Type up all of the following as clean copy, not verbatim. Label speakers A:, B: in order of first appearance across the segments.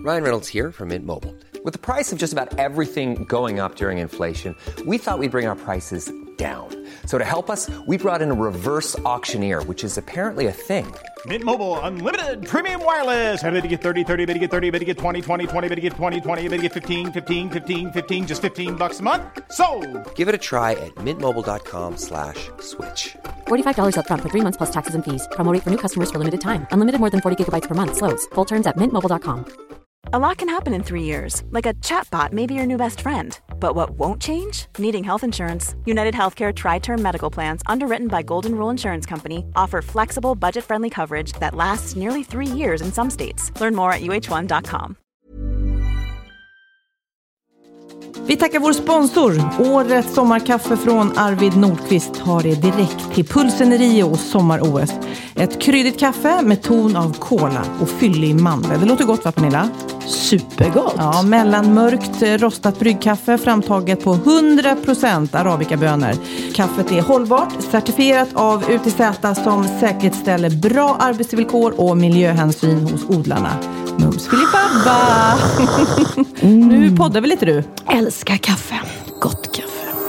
A: Ryan Reynolds here from Mint Mobile. With the price of just about everything going up during inflation, we thought we'd bring our prices down. So to help us, we brought in a reverse auctioneer, which is apparently a thing.
B: Mint Mobile Unlimited Premium Wireless. How to get 30, 30, bit to get 30, bit to get 20, 20, 20, bit to get 20, 20, bit to get 15, 15, 15, 15, just $15 a month? Sold!
A: Give it a try at mintmobile.com/switch.
C: $45 up front for 3 months plus taxes and fees. Promo rate for new customers for limited time. Unlimited more than 40 gigabytes per month. Slows full terms at mintmobile.com.
D: A lot can happen in 3 years, like a chatbot may be your new best friend. But what won't change? Needing health insurance. United Healthcare Tri-Term Medical Plans, underwritten by Golden Rule Insurance Company, offer flexible, budget-friendly coverage that lasts nearly 3 years in some states. Learn more at uh1.com.
E: Vi tackar vår sponsor. Årets sommarkaffe från Arvid Nordqvist har det direkt till Pulsen i Rio och sommar-OS. Ett kryddigt kaffe med ton av kola och fyllig mandel. Det låter gott, va, Pernilla?
F: Supergott.
E: Ja, mellanmörkt rostat bryggkaffe framtaget på 100% arabikabönor. Kaffet är hållbart, certifierat av UTZ som säkerställer bra arbetsvillkor och miljöhänsyn hos odlarna. Mums filipabba! Nu poddar vi lite, du.
F: Älskar kaffe. Gott kaffe.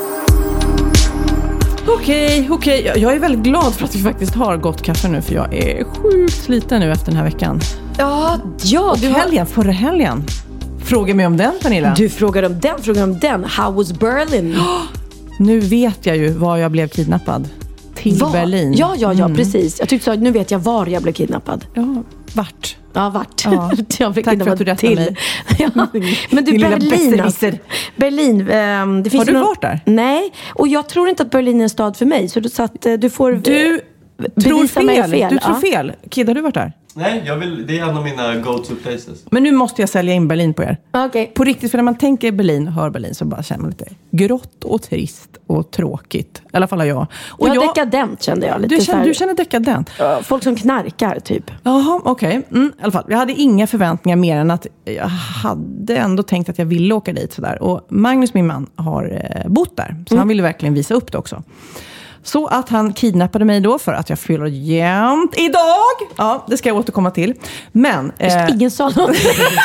E: Okej. Jag är väldigt glad för att vi faktiskt har gott kaffe nu, för jag är sjukt sliten nu efter den här veckan.
F: Ja.
E: Förra helgen. Fråga mig om den, Pernilla.
F: Du frågar om den. How was Berlin?
E: Nu vet jag ju var jag blev kidnappad. Till Berlin.
F: Ja, precis. Jag tyckte så, nu vet jag var jag blev kidnappad.
E: Ja, vart?
F: Ja, vart.
E: Ja. Tack för att du rättade mig.
F: Ja. Men du, Berlin alltså. Berlin. Det finns
E: har du varit där?
F: Nej, och jag tror inte att Berlin är en stad för mig. Så du får bevisa mig fel.
E: Du tror fel. Kid, har du varit där?
G: Nej, det är en av mina go-to places.
E: Men nu måste jag sälja in Berlin på er.
F: Okay.
E: På riktigt, för när man tänker Berlin, hör Berlin, så bara känner man lite grått och trist och tråkigt. I alla fall har jag. Och
F: dekadent kände jag. Lite
E: du känner dekadent?
F: Folk som knarkar, typ.
E: Jaha, okej. I alla fall, jag hade inga förväntningar mer än att jag hade ändå tänkt att jag ville åka dit sådär. Och Magnus, min man, har bott där. Så han ville verkligen visa upp det också. Så att han kidnappade mig då för att jag fyller jämt idag. Ja, det ska jag återkomma till. Men...
F: ingen sa något.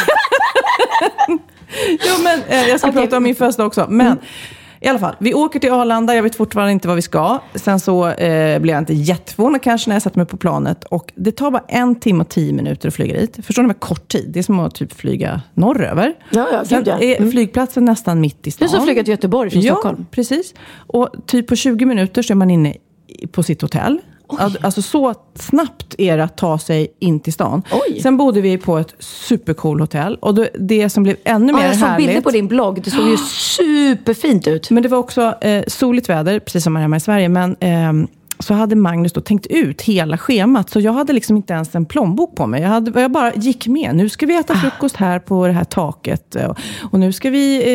E: Jo, men jag ska prata om min födelsedag också. Men i alla fall, vi åker till Arlanda. Jag vet fortfarande inte vad vi ska. Sen så blev jag inte jätteförvånad kanske när jag satte mig på planet. Och det tar bara 1 timme och 10 minuter att flyga dit. Förstår ni vad kort tid? Det är som att typ flyga norröver. Sen är flygplatsen nästan mitt i stan.
F: Det är som att flyga till Göteborg från Stockholm.
E: Precis. Och typ på 20 minuter så är man inne på sitt hotell. Alltså så snabbt är det att ta sig in till stan.
F: Oj.
E: Sen bodde vi på ett supercool hotell. Och det som blev ännu mer härligt...
F: Jag såg bilder på din blogg. Det såg ju superfint ut.
E: Men det var också soligt väder, precis som här hemma i Sverige. Men så hade Magnus då tänkt ut hela schemat. Så jag hade liksom inte ens en plånbok på mig. Jag bara gick med. Nu ska vi äta frukost här på det här taket. Och nu ska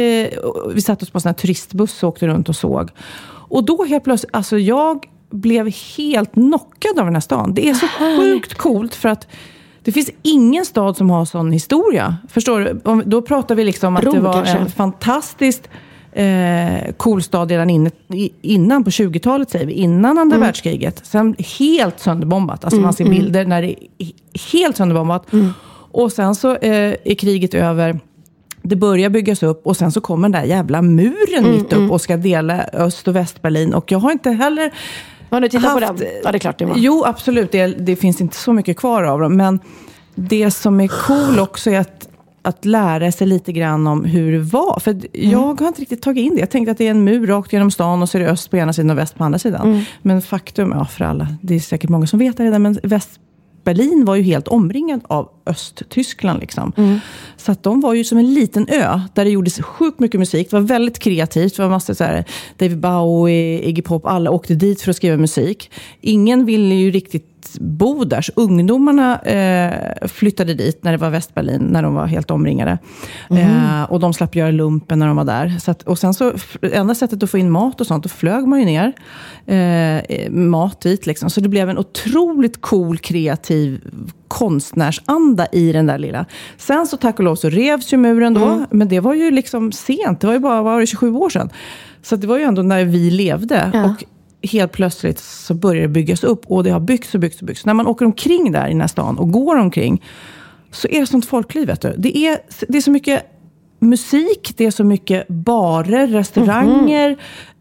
E: vi satt oss på en sån här turistbuss och åkte runt och såg. Och då helt plötsligt, alltså jag blev helt knockad av den här stan. Det är så sjukt coolt för att det finns ingen stad som har sån historia. Förstår du? Då pratar vi liksom att det var en fantastiskt cool stad redan innan på 20-talet, säger vi. Innan andra världskriget. Sen helt sönderbombat. Alltså man ser bilder när det är helt sönderbombat. Och sen så är kriget över. Det börjar byggas upp och sen så kommer den där jävla muren mitt upp och ska dela Öst- och Västberlin. Och jag har inte heller...
F: Har du tittat på den? Ja, det är klart det var.
E: Jo, absolut. Det finns inte så mycket kvar av dem. Men det som är cool också är att lära sig lite grann om hur det var. För jag har inte riktigt tagit in det. Jag tänkte att det är en mur rakt genom stan och så är det öst på ena sidan och väst på andra sidan. Men faktum, för alla, det är säkert många som vet det redan, men Berlin var ju helt omringad av Östtyskland liksom. Så att de var ju som en liten ö där det gjordes sjukt mycket musik. Det var väldigt kreativt. Det var massor så här, David Bowie, Iggy Pop, alla åkte dit för att skriva musik. Ingen ville ju riktigt bo där. Så ungdomarna flyttade dit när det var Västberlin, när de var helt omringade. Och de slapp göra lumpen när de var där. Så att, och sen så, enda sättet att få in mat och sånt, då flög man ju ner mat dit liksom. Så det blev en otroligt cool, kreativ konstnärsanda i den där lilla. Sen så tack och lov så revs ju muren då. Men det var ju liksom sent. Det var ju bara, var det 27 år sedan. Så det var ju ändå när vi levde. Ja. Och helt plötsligt så börjar det byggas upp. Och det har byggts och byggts och byggts. När man åker omkring där i den här stan och går omkring, så är det sånt folkliv, vet du. Det är så mycket musik, det är så mycket barer, restauranger,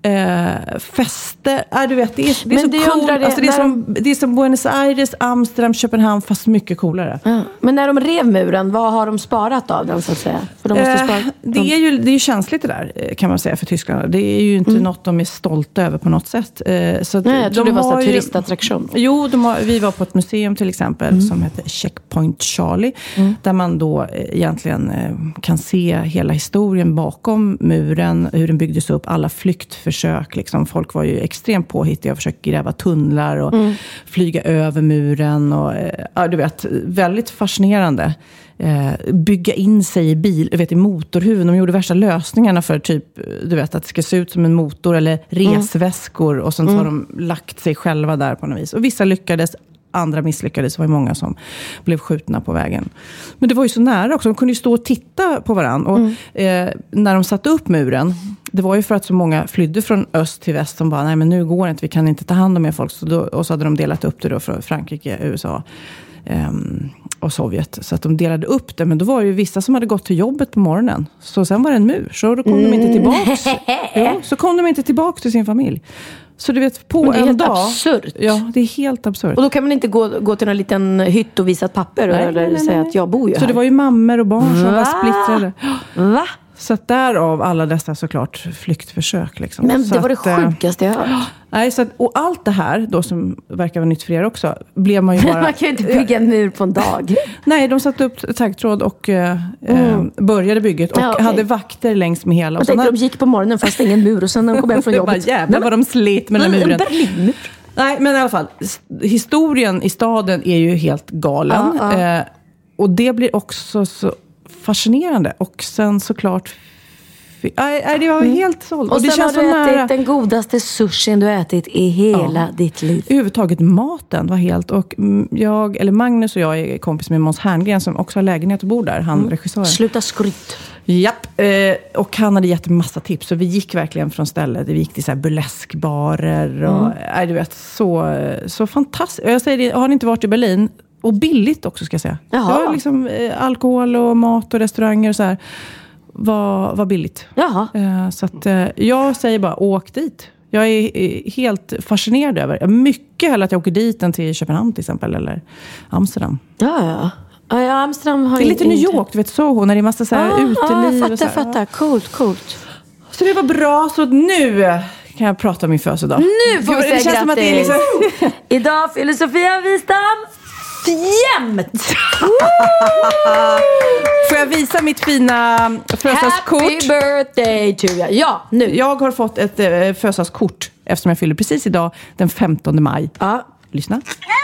E: fester. Du vet, det är så coolt. Alltså, det är som Buenos Aires, Amsterdam, Köpenhamn, fast mycket coolare.
F: Men när de rev muren, vad har de sparat av den, så att säga? För de måste spara.
E: Det är ju känsligt det där, kan man säga, för Tyskland. Det är ju inte något de är stolta över på något sätt. Så
F: nej, jag tror det var en turistattraktion.
E: Jo, vi var på ett museum till exempel som heter Checkpoint Charlie. Där man då egentligen kan se hela historien bakom muren, hur den byggdes upp, alla flyktförsök. Liksom. Folk var ju extremt påhittiga och försökte gräva tunnlar och flyga över muren. Och, du vet, väldigt fascinerande. Bygga in sig i motorhuven. De gjorde värsta lösningarna för typ, du vet, att det ska se ut som en motor eller resväskor. Och sen har de lagt sig själva där på något vis. Och vissa lyckades, andra misslyckades. Det var ju många som blev skjutna på vägen. Men det var ju så nära också. De kunde ju stå och titta på varandra. Och när de satte upp muren, det var ju för att så många flydde från öst till väst som bara, nej men nu går det inte, vi kan inte ta hand om er folk. Och så hade de delat upp det då från Frankrike, USA och Sovjet. Så att de delade upp det. Men då var det ju vissa som hade gått till jobbet på morgonen. Så sen var det en mur. Så då kom de inte tillbaks. Så kom de inte tillbaks till sin familj. Så du vet, på en dag...
F: absurt.
E: Ja, det är helt absurt.
F: Och då kan man inte gå till en liten hytt och visa ett papper eller säga att jag bor ju här.
E: Så det var ju mammor och barn som var splittrade.
F: Va?
E: Så att därav alla dessa såklart flyktförsök. Liksom.
F: Men
E: så
F: det var det sjukaste jag hört.
E: Nej, så att, och allt det här då som verkar vara nytt för er också, blev man ju bara...
F: Man kan ju inte bygga en mur på en dag.
E: Nej, de satte upp taggtråd och började bygget och hade vakter längs med hela.
F: Jag tänkte de gick på morgonen fast ingen mur och sen när de kom hem från jobbet.
E: Jävlar vad de slet med den muren.
F: En Berlinmur.
E: Nej, men i alla fall, historien i staden är ju helt galen. Och det blir också så fascinerande. Och sen såklart... det var helt såld.
F: Och
E: det
F: sen
E: känns
F: har du
E: så
F: ätit
E: nära.
F: den godaste sushin du ätit i hela ditt liv.
E: Överhuvudtaget maten var helt... Och Magnus och jag är kompis med Måns Herngren som också har lägenhet och bor där. Han regissören.
F: Sluta skryt.
E: Japp. Och han hade gett en massa tips. Så vi gick verkligen från stället. Vi gick till så här burleskbarer. Och, du vet, så fantastiskt. Jag säger det, har ni inte varit i Berlin? Och billigt också, ska jag säga.
F: Jaha.
E: Det var liksom alkohol och mat och restauranger och så här. Var billigt.
F: Jaha.
E: Så att jag säger bara, åk dit. Jag är helt fascinerad över. Mycket hellre att jag åker dit än till Köpenhamn till exempel. Eller Amsterdam.
F: Ja, Amsterdam har
E: det är lite New York, du vet, Soho. När det är massa så här uteliv.
F: Jag fattar. Coolt.
E: Så det var bra. Så nu kan jag prata om min födelsedag.
F: Nu får vi säga
E: grattis. Som att det är liksom...
F: Idag fyller Sofia Wistam jämt.
E: Får jag visa mitt fina födelsedagskort?
F: Happy birthday to you. Ja, nu.
E: Jag har fått ett födelsedagskort eftersom jag fyller precis idag, den 15 maj.
F: Ja.
E: Lyssna.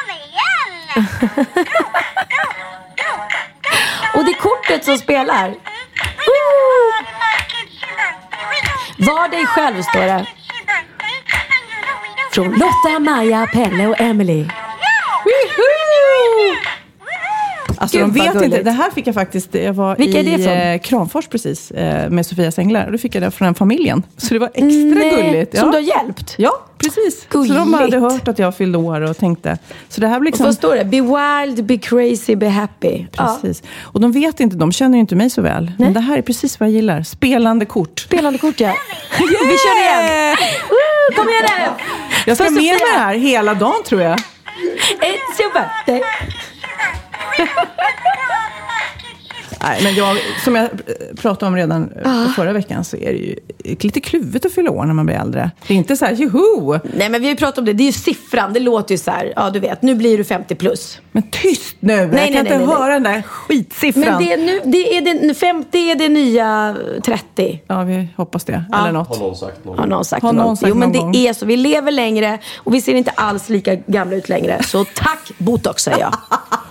F: Och det är kortet som spelar. Var dig själv, står det. Från Lotta, Maja, Pelle och Emily.
E: Alltså
F: Gud,
E: de vet
F: gulligt.
E: inte. Det här fick jag faktiskt. Jag var
F: Vilka är det
E: i Kramfors precis med Sofias änglar. Och då fick jag det från den familjen. Så det var extra gulligt. Ja.
F: Som du har hjälpt?
E: Ja, precis.
F: Gulligt.
E: Så de hade hört att jag fyllde år och tänkte. Så det här blir liksom...
F: Och vad står det? Be wild, be crazy, be happy.
E: Precis. Ja. Och de vet inte, de känner ju inte mig så väl. Nej. Men det här är precis vad jag gillar. Spelande kort.
F: Spelande kort, ja. Vi kör igen. Kom igen nu.
E: Jag ska med mig det här hela dagen, tror jag.
F: It's your birthday.
E: Nej, men som jag pratade om redan förra veckan, så är det ju lite kluvet att fylla år när man blir äldre. Det är inte så här, joho!
F: Nej, men vi har ju pratat om det. Det är ju siffran. Det låter ju så här, ja du vet, nu blir du 50 plus.
E: Men tyst nu! Jag kan inte höra den där skitsiffran.
F: Men det är 50 är det nya 30.
E: Ja, vi hoppas det. Ja. Eller något.
G: Har någon sagt någon
F: Har någon sagt
E: någon
F: någon? Jo, men det
E: gång.
F: är så. Vi lever längre och vi ser inte alls lika gamla ut längre. Så tack, botox, säger jag.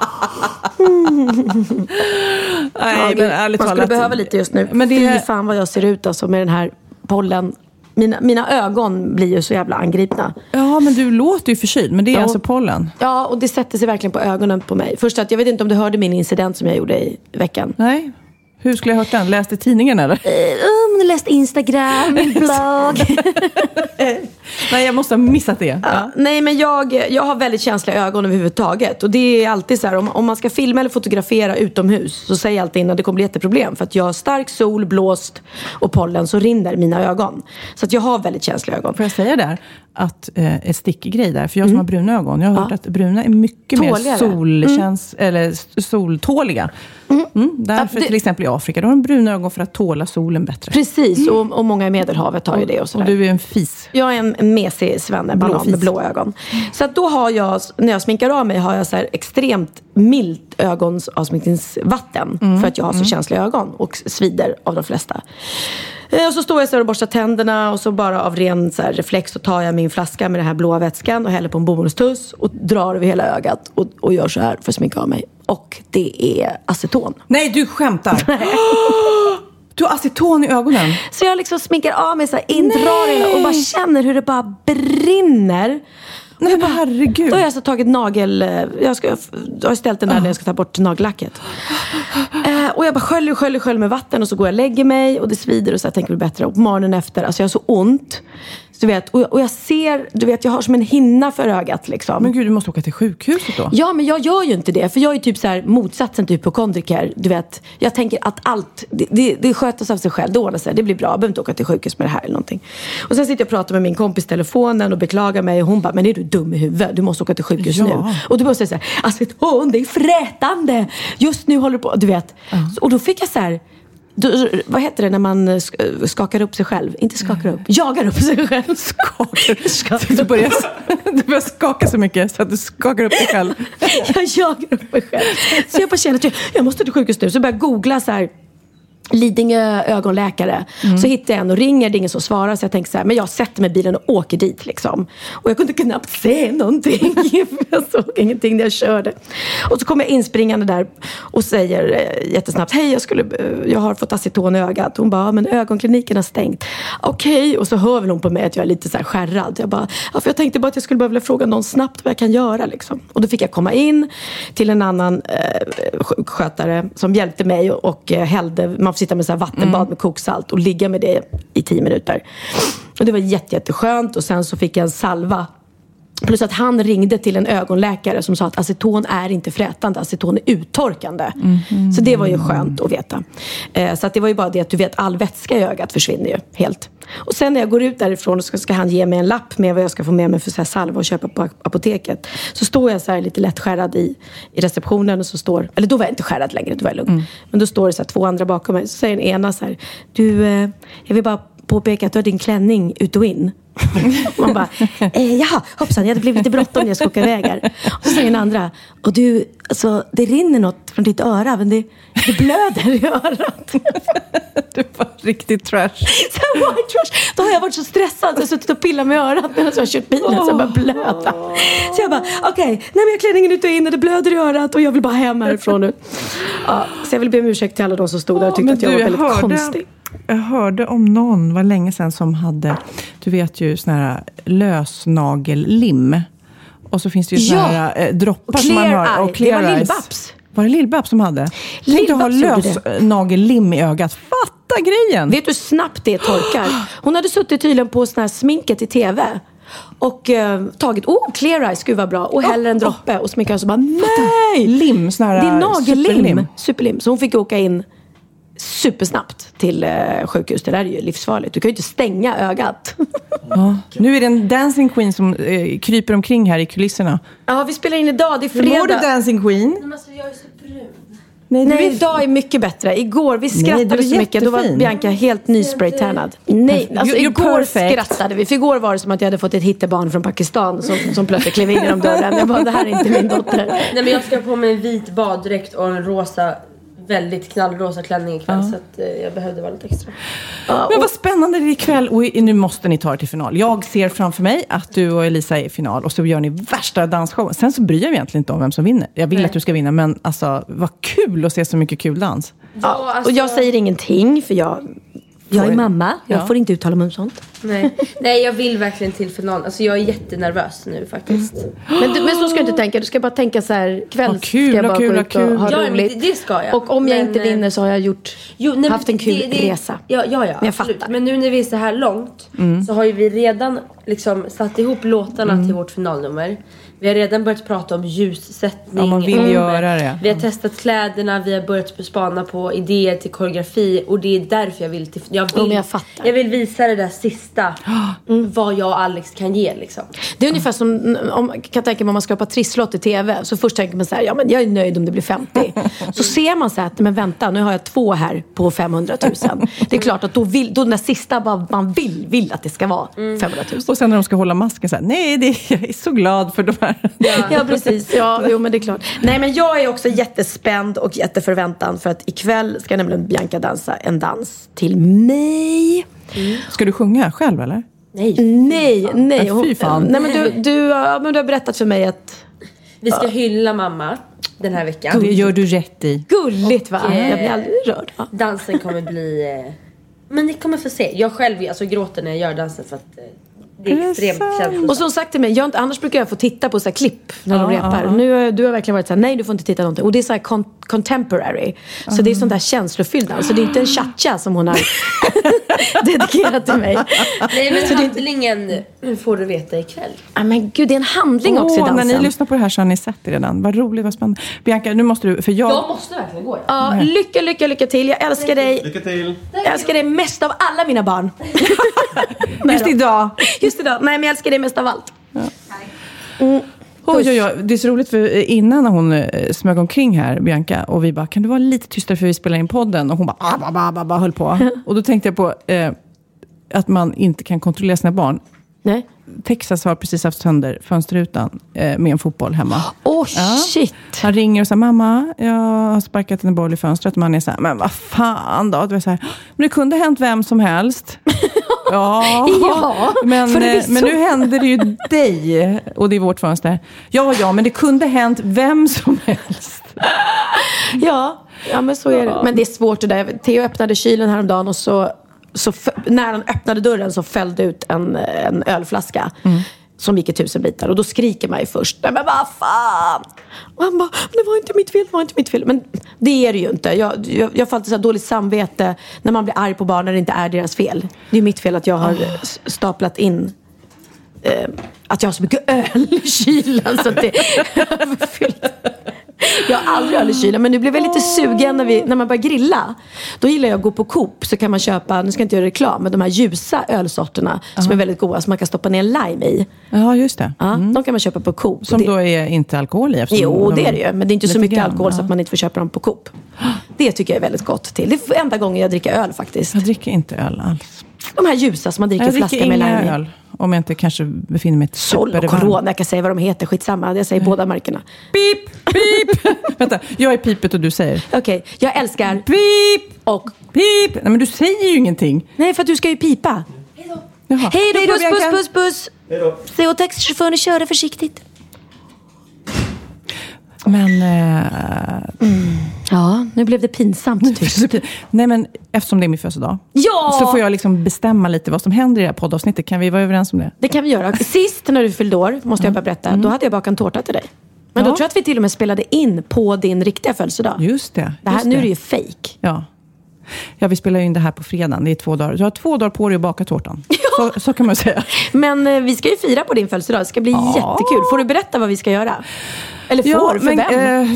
E: Nej, men ärligt
F: man skulle
E: talat,
F: behöva lite just nu.
E: Men
F: Fy fan vad jag ser ut alltså med den här pollen. Mina ögon blir ju så jävla angripna.
E: Ja, men du låter ju förkyld. Men det är alltså pollen.
F: Ja, och det sätter sig verkligen på ögonen på mig. Först att jag vet inte om du hörde min incident som jag gjorde i veckan.
E: Nej. Hur skulle jag hört den? Läste tidningen eller?
F: Det läst Instagram, min blogg.
E: Nej, jag måste ha missat det. Ja.
F: Nej, men jag har väldigt känsliga ögon överhuvudtaget. Och det är alltid så här, om man ska filma eller fotografera utomhus, så säger jag alltid innan det kommer bli jätteproblem. För att jag har stark sol, blåst och pollen, så rinner mina ögon. Så att jag har väldigt känsliga ögon.
E: Får jag säga där att ett stickgrej där, för jag som har bruna ögon, jag har hört att bruna är mycket mer soltåliga. Därför till exempel i Afrika, då har de bruna ögon för att tåla solen bättre.
F: Precis, och många i Medelhavet har ju det och sådär.
E: Och du är en fis.
F: Jag är en mesig svennebanan med blå ögon. Så att då har jag, när jag sminkar av mig, har jag så här extremt milt ögonsavsminkningsvatten. För att jag har så känsliga ögon och svider av de flesta. Och så står jag så här och borstar tänderna, och så bara av ren så här reflex så tar jag min flaska med den här blåa vätskan och häller på en bomullstuss och drar över hela ögat och gör så här för att sminka av mig. Och det är aceton.
E: Nej, du skämtar. Du har aceton i ögonen.
F: Så jag liksom sminkar av mig så här, indrar och bara känner hur det bara brinner.
E: Nej, men herregud.
F: Då har jag så tagit jag har ställt den där när jag ska ta bort nagellacket. Och jag bara sköljer med vatten, och så går jag och lägger mig, och det svider, och så jag tänker det bättre. Och på morgonen efter, alltså jag har så ont. Så du vet, och jag ser, du vet, jag har som en hinna för ögat liksom.
E: Men gud, du måste åka till sjukhuset då.
F: Ja, men jag gör ju inte det, för jag är typ så här motsatsen till hypokondriker. Du vet, jag tänker att allt det sköts av sig själv, det ordnar sig, det blir bra, jag behöver inte åka till sjukhus med det här eller någonting. Och sen sitter jag och pratar med min kompis i telefonen och beklagar mig, och hon bara, men är du dum i huvudet? Du måste åka till sjukhus nu. Och du måste säga, aceton, det är frätande. Just nu håller du på, du vet. Och då fick jag så här, vad heter det när man skakar upp sig själv? Inte skakar upp, jagar upp sig själv.
E: Du börjar skaka så mycket så att du skakar upp dig själv.
F: Jag jagar upp mig själv. Så jag bara känner att jag måste till sjukhus nu. Så jag börjar googla så här, Lidingö ögonläkare. Så hittar jag en och ringer, det är ingen som svarar. Så jag tänker så här, men jag sätter mig i bilen och åker dit liksom. Och jag kunde knappt se någonting. Jag såg ingenting när jag körde. Och så kommer jag inspringande där och säger jättesnabbt, hej, jag har fått aceton i ögat. Hon bara, men ögonkliniken har stängt. Okej. Och så hör väl hon på mig att jag är lite så här skärrad. Jag bara, för jag tänkte bara att jag skulle behöva fråga någon snabbt vad jag kan göra liksom. Och då fick jag komma in till en annan sjukskötare som hjälpte mig och hällde, man får sitta med så här vattenbad med koksalt och ligga med det i 10 minuter. Och det var jätteskönt. Och sen så fick jag en salva. Plus att han ringde till en ögonläkare som sa att aceton är inte frätande, aceton är uttorkande. Så det var ju skönt att veta. Så att det var ju bara det att du vet, all vätska i ögat försvinner ju helt. Och sen när jag går ut därifrån så ska han ge mig en lapp med vad jag ska få med mig för så här salva och köpa på apoteket. Så står jag så här lite lätt skärrad i receptionen, och så står, eller då var jag inte skärrad längre, då var jag lugn. Men då står det så här 2 andra bakom mig. Så säger den ena så här, jag vill bara påpeka att du har din klänning ut och in. Man bara, jaha, hoppsan, jag hade blivit lite bråttom när jag ska åka iväg här. Och så säger den andra, och du, alltså, det rinner något från ditt öra, men det blöder i örat.
E: Du var riktigt trash.
F: Så white trash. Då har jag varit så stressad, jag har suttit och pillat med örat medan jag har kört bilen, så jag bara blöda. Så jag bara, okej, nej, men jag har klänningen ut och in och det blöder i örat och jag vill bara hem härifrån nu. Ja, så jag vill be om ursäkt till alla de som stod där och tyckte att jag var väldigt konstig.
E: Jag hörde om någon, var länge sedan, som hade, du vet ju, sån här lösnagellim. Och så finns det ju såna här droppar som man har. Och
F: det var Lill-Babs.
E: Var det Lill-Babs som hade? Tänk att ha lösnagellim i ögat. Fatta grejen!
F: Vet du hur snabbt det torkar? Hon hade suttit tydligen på sån här sminket i tv. Och tagit, Clear Eyes, gud vad bra. Och häller en droppe och sminkar, och så bara, nej!
E: Lim, sån här.
F: Det är nagellim. Superlim. Så hon fick åka in supersnabbt till sjukhus. Det där är ju livsfarligt. Du kan ju inte stänga ögat.
E: Ja. Nu är det en dancing queen som kryper omkring här i kulisserna.
F: Ja, vi spelar in idag. Det är fredag.
E: Mår du, dancing queen?
F: Men alltså, jag är så brun. Nej, idag är mycket bättre. Igår, vi skrattade så mycket. Då var Bianca helt nyspraytannad. Nej, alltså igår skrattade vi. För igår var det som att jag hade fått ett hittebarn från Pakistan som plötsligt klev in genom dörren. Jag bara, det här är inte min dotter.
H: Nej, men jag ska på mig en vit baddräkt och en rosa, väldigt knallrosa klänning ikväll, så att jag behövde vara lite extra.
E: Men vad spännande det är ikväll, och nu måste ni ta er till final. Jag ser framför mig att du och Elisa är i final, och så gör ni värsta dansshowen. Sen så bryr jag mig egentligen inte om vem som vinner. Jag vill att du ska vinna, men alltså, vad kul att se så mycket kul dans.
F: Ja, alltså, och jag säger ingenting, för jag Jag är mamma, jag får inte uttala mig om sånt.
H: Nej, jag vill verkligen till finalen. Alltså jag är jättenervös nu faktiskt.
F: Men så ska du inte tänka. Du ska bara tänka så här, kväll ska jag bara gå ut och ha roligt.
H: Det ska jag.
F: Och om jag inte vinner så har jag haft en kul resa.
H: Ja,
F: men jag fattar.
H: Men nu när vi är så här långt så har ju vi redan liksom satt ihop låtarna till vårt finalnummer. Vi har redan börjat prata om ljussättning.
E: Ja, man vill göra det.
H: Vi har testat kläderna. Vi har börjat spana på idéer till koreografi. Och det är därför jag vill till... Jag vill visa det där sista. Vad jag och Alex kan ge liksom.
F: Det är ungefär som kan tänka mig om man skapar trisslott i tv. Så först tänker man så här, ja men jag är nöjd om det blir 50. Så ser man så här, men vänta, nu har jag 2 här på 500 000. Det är klart att då den sista man vill att det ska vara 500 000.
E: Och sen när de ska hålla masken så här, nej, jag är så glad för de här.
F: Ja, precis. Ja, men det är klart. Nej, men jag är också jättespänd och jätteförväntan för att ikväll ska nämligen Bianca dansa en dans till mig.
E: Ska du sjunga själv eller?
F: Nej.
E: Fy fan.
F: Nej, men du har berättat för mig att
H: vi ska hylla mamma den här veckan.
E: Det gör du rätt i.
F: Gulligt, va? Jag blir aldrig rörd. Va?
H: Dansen kommer bli... Men ni kommer få se. Jag själv gråter när jag gör dansen för att... Det är extremt känsligt.
F: Och som sagt till mig, annars brukar jag få titta på så här klipp när de repar. Nu du har verkligen varit så här, nej du får inte titta någonting. Och det är så här contemporary. Så det är sånt där känslofylld. Så det är inte en cha-cha som hon har dedikerat till mig.
H: Nej, men handlingen får du veta ikväll.
F: Men gud, det är en handling också i dansen.
E: När ni lyssnar på det här så har ni sett det redan. Vad roligt, vad spännande. Bianca, nu måste du, för jag
H: måste verkligen gå.
F: Ja, lycka till. Jag älskar dig.
G: Lycka till.
F: Jag älskar dig mest av alla mina barn.
E: Just idag.
F: Nej, men jag älskar dig mest av allt.
E: Oj, det är så roligt för innan när hon smög omkring här, Bianca, och vi bara, kan du vara lite tystare för vi spelar in podden? Och hon bara höll på. Och då tänkte jag på att man inte kan kontrollera sina barn.
F: Nej.
E: Texas har precis haft sönder fönsterrutan med en fotboll hemma.
F: Shit.
E: Han ringer och säger, mamma, jag har sparkat en boll i fönstret. Och man är så här, men vad fan då? Det var så här, men det kunde hänt vem som helst. Ja, men nu händer det ju dig. Och det är vårt fönster. Ja, men det kunde hänt vem som helst.
F: Ja, men så är det. Men det är svårt det där. Theo öppnade kylen häromdagen och så när han öppnade dörren så fällde ut en ölflaska som gick i 1000 bitar. Och då skriker man ju först, men vad fan? Och han bara, det var inte mitt fel. Men det är det ju inte. Jag får alltid så här dåligt samvete när man blir arg på barn när det inte är deras fel. Det är mitt fel att jag har staplat in att jag har så mycket öl i kylen så att det är överfyllt. Jag har aldrig öl i kylen, men nu blev jag lite sugen när man börjar grilla. Då gillar jag att gå på Coop, så kan man köpa, nu ska jag inte göra reklam, men de här ljusa ölsorterna som är väldigt goda, som man kan stoppa ner lime i.
E: Ja, just det.
F: De kan man köpa på Coop.
E: Som då är inte alkohol i?
F: Jo, det är det ju, men det är inte så mycket alkohol så att man inte får köpa dem på Coop. Det tycker jag är väldigt gott till. Det är enda gången jag dricker öl faktiskt.
E: Jag dricker inte öl alls.
F: De här ljusa som man dricker flaskor med lime i.
E: Öl. Om jag inte kanske befinner mig i ett
F: Sol och Corona, jag kan säga vad de heter, skitsamma. Jag säger båda märkena.
E: Pip! Vänta, jag är pipet och du säger.
F: Okej, jag älskar
E: pip
F: och
E: pip. Nej, men du säger ju ingenting.
F: Nej, för att du ska ju pipa. Hej då, puss.
G: Hej då.
F: Säg åt taxichauffören att köra försiktigt.
E: Men...
F: Ja, nu blev det pinsamt tyst.
E: Nej, men eftersom det är min födelsedag
F: så
E: får jag liksom bestämma lite vad som händer i det här poddavsnittet. Kan vi vara överens om det?
F: Det kan vi göra. Sist när du fyllde år, måste jag bara berätta, då hade jag bakat en tårta till dig. Men då tror jag att vi till och med spelade in på din riktiga födelsedag.
E: Just det.
F: Nu är det ju fake.
E: Ja, vi spelar ju in det här på fredagen. Det är 2 dagar. Du har 2 dagar på dig att baka tårtan. Så kan man säga. Men
F: vi ska ju fira på din födelsedag. Det ska bli jättekul. Får du berätta vad vi ska göra? Eller för vem?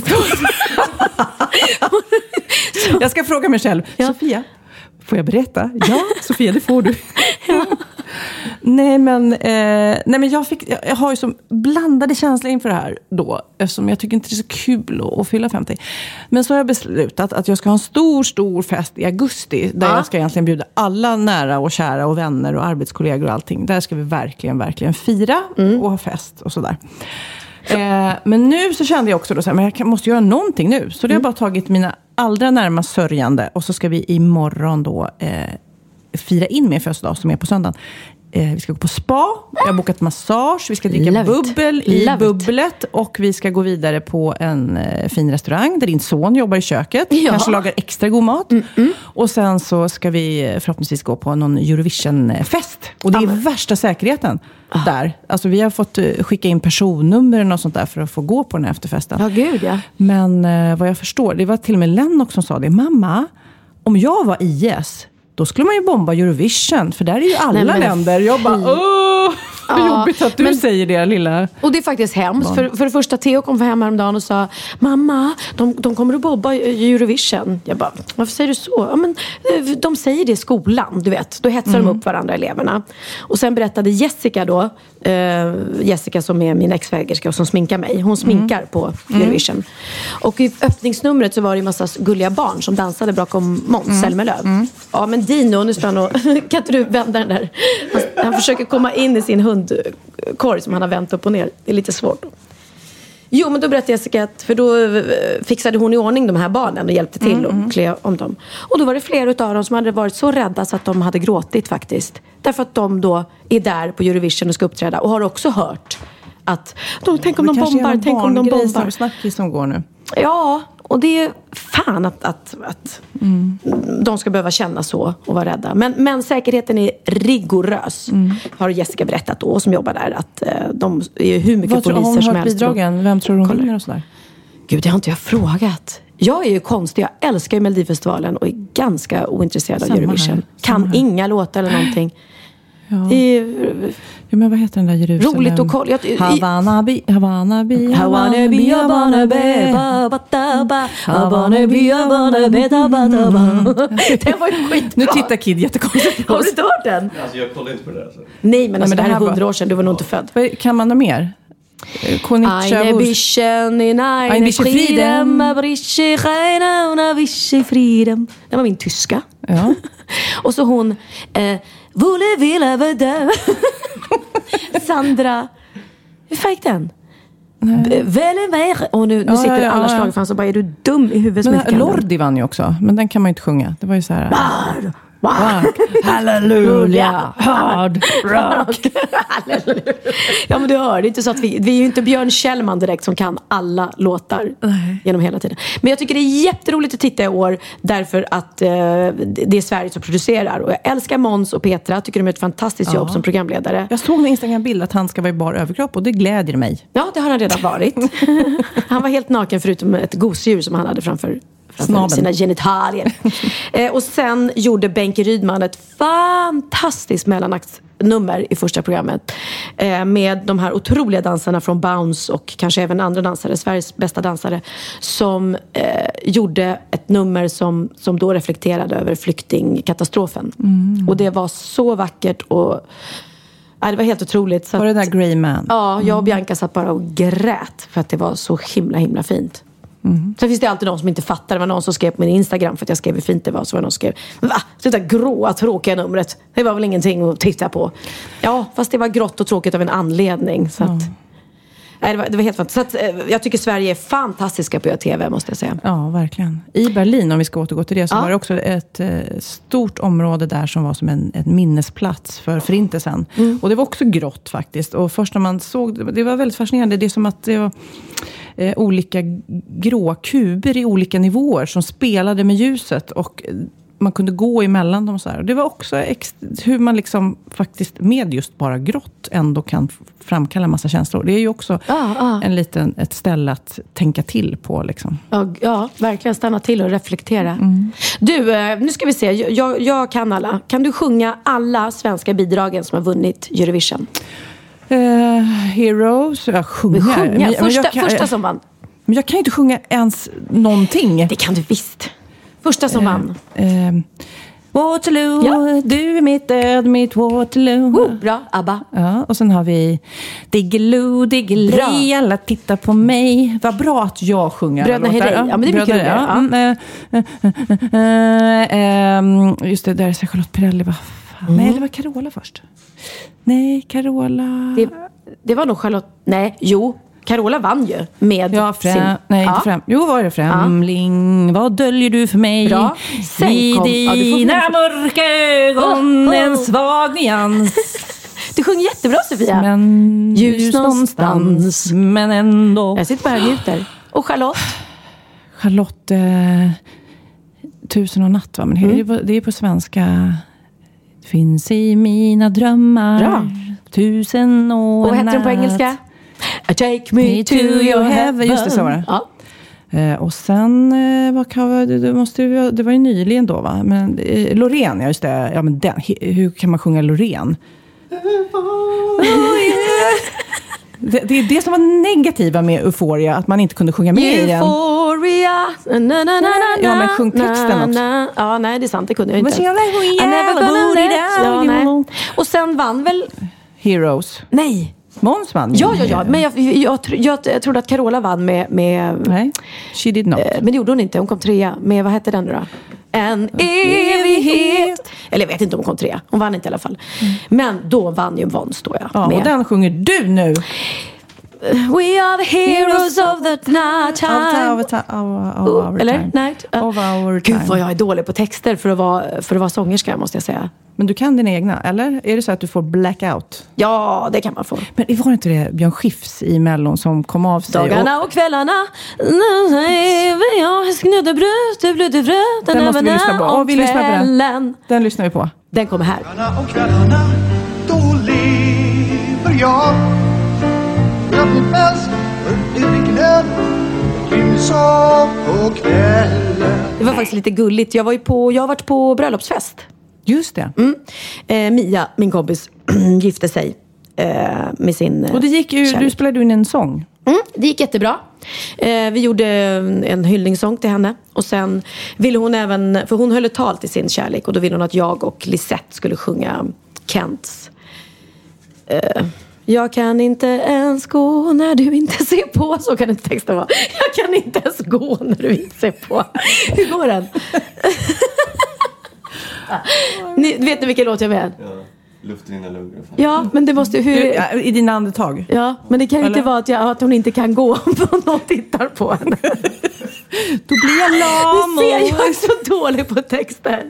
E: Jag ska fråga mig själv. Sofia, får jag berätta? Ja, Sofia, det får du. Nej, men jag har ju så blandade känslor inför det här då, eftersom jag tycker inte det är så kul att fylla 50. Men så har jag beslutat att jag ska ha en stor fest i augusti, där jag ska egentligen bjuda alla nära och kära och vänner och arbetskollegor och allting. Där ska vi verkligen fira och ha fest och sådär. Men nu så kände jag också då så här, men jag måste göra någonting nu. Så det har jag bara tagit mina allra närmast sörjande, och så ska vi imorgon då fira in min födelsedag som är på söndagen vi ska gå på spa, jag har bokat massage, vi ska dricka bubbel i bubblet och vi ska gå vidare på en fin restaurang där din son jobbar i köket, kanske lagar extra god mat. Och sen så ska vi förhoppningsvis gå på någon Eurovision-fest. Och det är värsta säkerheten där. Alltså vi har fått skicka in personnummer och sånt där för att få gå på den här efterfesten.
F: Ja, gud ja.
E: Men vad jag förstår, det var till och med Lennox som sa det. Mamma, om jag var IS, då skulle man ju bomba Eurovision. För där är ju alla länder. Jag bara, vad jobbigt att du säger det, lilla.
F: Och det är faktiskt hemskt. För det första, Theo kom hem häromdagen och sa, mamma, de kommer att bomba Eurovision. Jag bara, varför säger du så? Ja, men de säger det i skolan, du vet. Då hetsar de upp varandra, eleverna. Och sen berättade Jessica då, Jessica som är min ex-vägerska och som sminkar mig. Hon sminkar på Eurovision. Och i öppningsnumret så var det en massa gulliga barn som dansade bakom Måns Zelmerlöw. Ja, men Dino, nu står han kan inte du vända den där? Han försöker komma in i sin hundkorg som han har vänt upp och ner. Det är lite svårt. Jo, men då berättade Jessica att, för då fixade hon i ordning de här barnen och hjälpte till och klä om dem. Och då var det flera av dem som hade varit så rädda så att de hade gråtit faktiskt. Därför att de då är där på Eurovision och ska uppträda och har också hört att tänk om de bombar, tänk om de bombar.
E: Snackis som går nu.
F: Ja, och det är fan att de ska behöva känna så och vara rädda. Men säkerheten är rigorös, har Jessica berättat då, som jobbar där. Att de är hur mycket poliser som helst.
E: Bidragen? Vem tror hon vinner och sådär?
F: Gud, det har inte jag frågat. Jag är ju konstig, jag älskar ju Melodifestivalen och är ganska ointresserad av Eurovision. Kan inga låtar eller någonting.
E: Ja. Men vad heter den där Jerusalem?
F: Roligt och koll.
E: Havana bi, Havana bi,
F: Havana bi, Havana bi, Havana bi, Havana bi, det var ju skitbra.
E: Nu tittar Kid jättekonstigt på
F: oss. Har du inte hört den?
G: Alltså jag kollar inte på det. Alltså.
F: Nej, men alltså, det här är 100 år sedan. Du var nog inte född.
E: Kan man något mer?
F: Eine bisschen in eine Frieden, aber ich reine und ich Frieden. Det var min tyska.
E: Ja.
F: Och så hon Vole ville vede. Sandra. Hur fan gick den? Väl mer. Och nu sitter alla slagfans och bara, är du dum i huvudet?
E: Men Lordi vann ju också. Men den kan man ju inte sjunga. Det var ju så här.
F: Halleluja, hard rock. Ja, men du hör, det är inte så att vi är ju inte Björn Kjellman direkt som kan alla låtar genom hela tiden. Men jag tycker det är jätteroligt att titta i år därför att det är Sverige som producerar. Och jag älskar Måns och Petra, tycker de är ett fantastiskt jobb som programledare.
E: Jag såg en Instagram-bild att han ska vara i bar överkropp och det glädjer mig.
F: Ja, det har han redan varit. Han var helt naken förutom ett gosedjur som han hade framför sina genitalier. Och sen gjorde Benke Rydman ett fantastiskt mellanaktsnummer i första programmet med de här otroliga dansarna från Bounce och kanske även andra dansare, Sveriges bästa dansare, som gjorde ett nummer som då reflekterade över flyktingkatastrofen. Och det var så vackert och det var helt otroligt. Så
E: var det där Grey Man?
F: Ja, jag och Bianca satt bara och grät för att det var så himla fint. Sen finns det alltid någon som inte fattar. Det var någon som skrev på min Instagram för att jag skrev hur fint det var. Så var någon som skrev, va? Sluta gråa, tråkiga numret. Det var väl ingenting att titta på. Ja, fast det var grått och tråkigt av en anledning. Så att, det var helt fantastiskt. Så att, jag tycker Sverige är fantastiska på TV, måste jag säga.
E: Ja, verkligen. I Berlin, om vi ska återgå till det, så var det också ett stort område där som var som en minnesplats för förintelsen. Och det var också grått faktiskt. Och först när man såg det var väldigt fascinerande. Det är som att det var olika grå kuber i olika nivåer som spelade med ljuset och man kunde gå emellan dem så här. Och det var också hur man liksom faktiskt med just bara grått ändå kan framkalla en massa känslor. Det är ju också ett ställe att tänka till på liksom.
F: Ja, verkligen stanna till och reflektera. Du, nu ska vi se. Jag kan alla. Kan du sjunga alla svenska bidragen som har vunnit Eurovision?
E: Heroes. Jag sjunger.
F: Första som vann.
E: Men jag kan inte sjunga ens någonting.
F: Det kan du visst. Första som vann.
E: Waterloo, du är mitt död, mitt Waterloo.
F: Bra, ABBA.
E: Ja, och sen har vi Diggiloo, Diggiley, alla tittar på mig. Vad bra att jag sjunger.
F: Bröderna Herrey, ja, men det är mycket
E: just det, där är Charlotte Perrelli. Nej, det var Carola först. Nej, Carola.
F: Det var nog Charlotte. Nej, jo. Carola vann ju med sin...
E: Nej, inte främ. Jo, var det främling? Vad döljer du för mig?
F: Bra.
E: I dina mörka ögon en svag nyans.
F: Du sjunger jättebra, Sofia.
E: Men
F: ljus någonstans.
E: Men ändå.
F: Jag sitter bara och njuter. Och
E: Charlotte, Tusen och natt, va? Men det är på svenska. Finns i mina drömmar.
F: Bra.
E: Tusen och natt.
F: Och vad heter den på engelska? Take me to your heaven.
E: Just det, så var det.
F: Ja.
E: Och sen, det var ju nyligen då, va? Men Loreen, ja just det. Ja, men den, hur kan man sjunga Loreen? Det är det som var negativa med Euphoria, att man inte kunde sjunga med i den.
F: Euphoria.
E: Ja, men sjung texten också.
F: Ja, nej, det är sant, det kunde jag inte.
E: I never gonna let you down.
F: Och sen vann väl
E: Heroes.
F: Nej.
E: Måns vann.
F: Ja. Men jag trodde att Carola vann med...
E: Nej, she did not.
F: Men det gjorde hon inte. Hon kom 3 med, vad hette den då? En evighet. Eller jag vet inte om hon kom 3. Hon vann inte i alla fall. Men då vann ju Måns då, ja.
E: Ja, och den sjunger du nu.
F: We are the heroes of the night time. Eller? Night.
E: Of our time.
F: Gud vad jag är dålig på texter för att vara sångerska, måste jag säga.
E: Men du kan dina egna, eller? Är det så att du får blackout?
F: Ja, det kan man få.
E: Men det var inte det Björn Skifs i Mellon som kom av sig?
F: Dagarna och kvällarna. Jag snudde bröt.
E: Den måste vi lyssna på. Vi lyssnar på den. Den lyssnar vi på.
F: Den kommer här.
I: Dagarna och kvällarna, då lever jag. Jag blir bäst i regnen. Ljusa på kvällen.
F: Det var faktiskt lite gulligt. Jag har varit på bröllopsfest.
E: Just det.
F: Mia, min kompis, gifte sig med sin
E: och det gick ju, du spelade in en sång.
F: Det gick jättebra. Vi gjorde en hyllningssång till henne. Och sen ville hon även, för hon höll ett tal till sin kärlek. Och då ville hon att jag och Lisette skulle sjunga Kents jag kan inte ens gå när du inte ser på. Så kan inte texten vara. Jag kan inte ens gå när du inte ser på. Hur går den? Vet ni vilken låt jag menar?
G: Ja, luften i dina lungor.
F: Ja, men det måste...
E: I dina andetag?
F: Ja, men det kan ju inte vara att hon inte kan gå om någon tittar på henne.
E: Då blir jag lam.
F: Du ser, jag är så dålig på texter.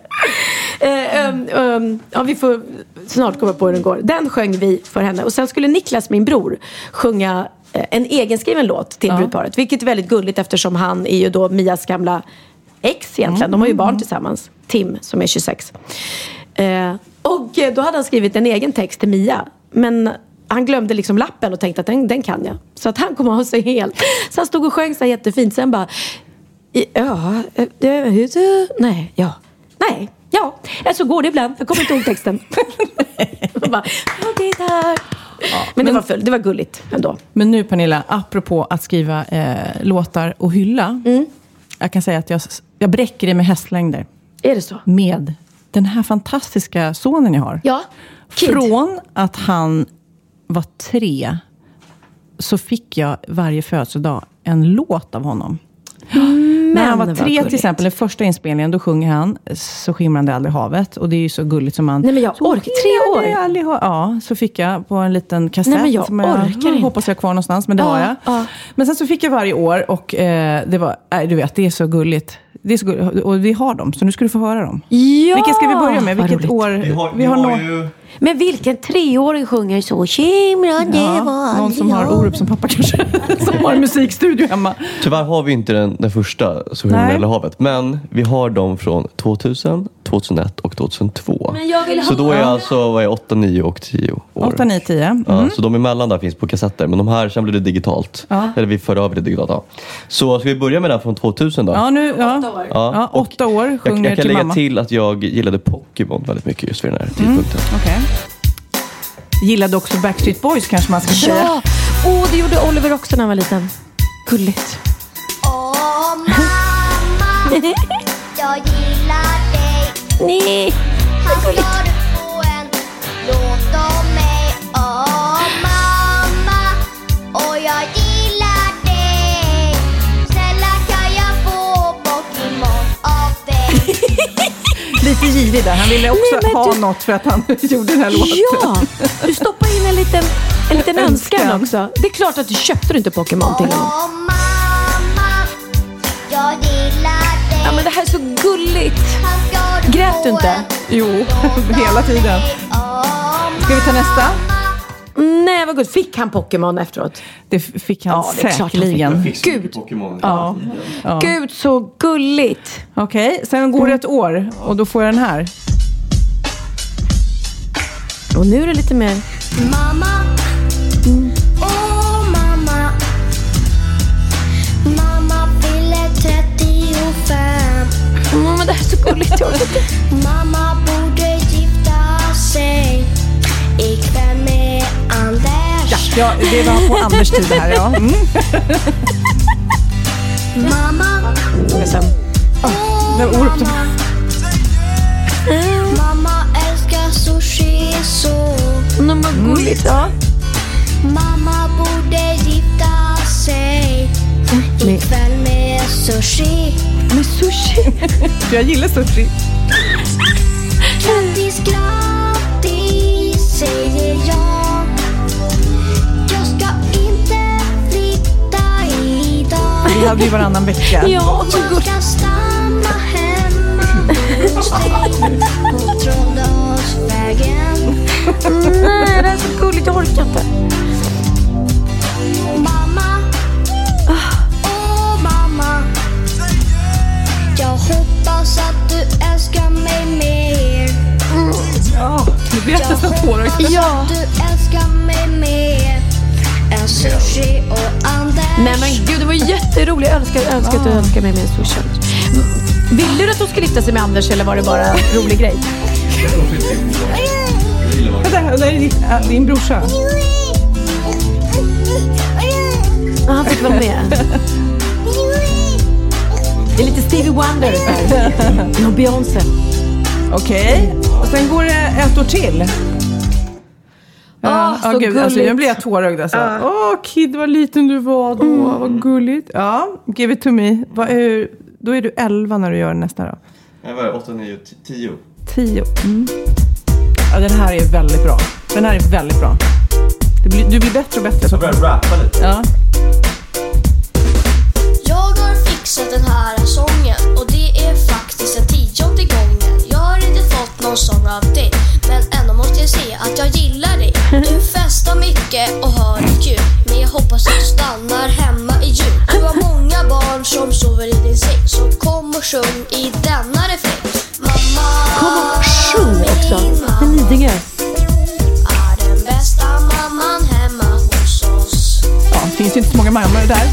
F: Ja, vi får snart komma på hur den går. Den sjöng vi för henne. Och sen skulle Niklas, min bror, sjunga en egenskriven låt till brudparet. Vilket är väldigt gulligt eftersom han är ju då Mias gamla ex egentligen. De har ju barn tillsammans. Tim, som är 26. Och då hade han skrivit en egen text till Mia. Men han glömde liksom lappen och tänkte att den kan jag. Så att han kom av sig helt. Så han stod och sjöng så jättefint. Sen bara... Så går det ibland. Jag kommer inte ihåg texten. Bara, men det var gulligt ändå.
E: Men nu, Pernilla, apropå att skriva låtar och hylla. Jag kan säga att jag bräcker det med hästlängder.
F: Är det så?
E: Med den här fantastiska sonen jag har.
F: Ja, Kid.
E: Från att han var 3 så fick jag varje födelsedag en låt av honom. När han var 3 till exempel, den första inspelningen, då sjunger han Så skimrande aldrig havet. Och det är ju så gulligt som man...
F: Nej, men jag orkar 3 år.
E: Ja, så fick jag på en liten kassett.
F: Nej, men jag
E: som
F: orkar inte.
E: Hoppas jag kvar någonstans, men det har jag. Men sen så fick jag varje år och det var... du vet, det är så gulligt. Det är så gulligt. Och vi har dem, så nu ska du få höra dem.
F: Ja!
E: Vilken ska vi börja med? Vilket år?
G: Vi har ju...
F: Men vilken 3-åring sjunger så skimrande var
E: någon som har Orup som pappa kanske. Som har en musikstudio hemma.
G: Tyvärr har vi inte den första Så skimrande aldrig havet. Men vi har dem från 2000, 2001 och 2002.
F: Men jag vill ha...
G: Så då är jag alltså 8, 9 och 10 år.
E: 8, 9, 10.
G: Ja, så de emellan där finns på kassetter. Men de här, sen blir det digitalt. Eller vi för över det digitalt. Ja. Så ska vi börja med den från 2000 då?
E: Ja, nu...
F: 8 år.
E: Ja, 8 år sjunger
G: jag kan
E: till
G: lägga
E: mamma.
G: till att jag gillade Pokémon väldigt mycket just vid den här tidpunkten.
E: Okej. Gillade också Backstreet Boys kanske man ska säga.
F: Ja, det gjorde Oliver också när han var liten. Gulligt.
J: Åh mamma, jag gillar dig.
F: Nej.
J: Här ska du få en låt om mig. Åh mamma, och jag gillar dig. Snälla kan jag få Pokémon av dig?
E: Lite girig där. Han ville också ha något för att han gjorde den här låten.
F: Ja, du stoppar in en liten önskan också. Det är klart att du köpte inte Pokémon till honom.
J: Åh mamma, jag gillar dig.
F: Ja, men det här är så gulligt. Grät du inte?
E: Jo, hela tiden. Ska vi ta nästa?
F: Nej, vad gott. Fick han Pokémon efteråt?
E: Det fick han säkerligen.
F: Gud. Ja. Gud, så gulligt.
E: Okej, sen går det ett år och då får jag den här.
F: Och nu är det lite mer...
J: Mamma, åh mamma. Mamma fyller 35.
F: Men det här är så gulligt.
J: Mamma borde gifta sig ikväll med Anders.
E: Ja, det var på Anders tid här, ja.
J: Mamma,
E: Det var oerhört.
J: mamma älskar sushi så.
F: Men vad gulligt, ja.
J: Mamma borde gifta sig ikväll med sushi.
F: Med sushi?
E: Jag gillar sushi.
J: Grattis, grattis säger jag. Jag ska inte flytta idag.
E: Vi hade ju varannan vecka.
F: Ja, så
J: Jag
F: gulligt.
J: ska stanna hemma hos dig på Trollhättevägen.
F: Nej, det är så gulligt. Jag orkar inte.
J: Mamma, åh mamma. Jag hoppas att du älskar mig mer.
E: Ja, nu blir jag nästan tårögd.
J: Ja. Du älskar mig mer än sushi och Anders.
F: Nej men gud, det var jätteroligt. Jag älskar att du älskar mig med sushi. Ville du att hon skulle gifta sig med Anders eller var det bara en rolig grej?
E: Det är din brorsa.
F: Han fick vara med. Det är lite Stevie Wonder. Och Beyoncé.
E: Okej, och sen går det ett år till.
F: Så
E: gud,
F: gulligt.
E: alltså, nu blir jag tårögd alltså. Kid, vad liten du var då. Vad gulligt. Ja, give it to me. Då är du 11 när du gör nästa då.
G: Jag var 8, 9, 10.
E: 10. Ja, den här är väldigt bra. Den här är väldigt bra. Du blir bättre och bättre.
G: Jag börjar rappa lite.
E: Ja.
J: Jag har fixat den här sången och det är faktiskt den 10:e gången. Jag har inte fått någon sång av dig, men ändå måste jag säga att jag gillar dig. Du festar mycket och har det kul, men jag hoppas att du stannar hemma i jul. Du har många barn som sover i din säng, så kom och sjung i denna refräng. Mamma,
F: Kom och sjung också.
J: min
F: En Lidingö.
J: är den bästa mamman hemma hos oss.
E: Ja, det finns ju inte så många mammor där.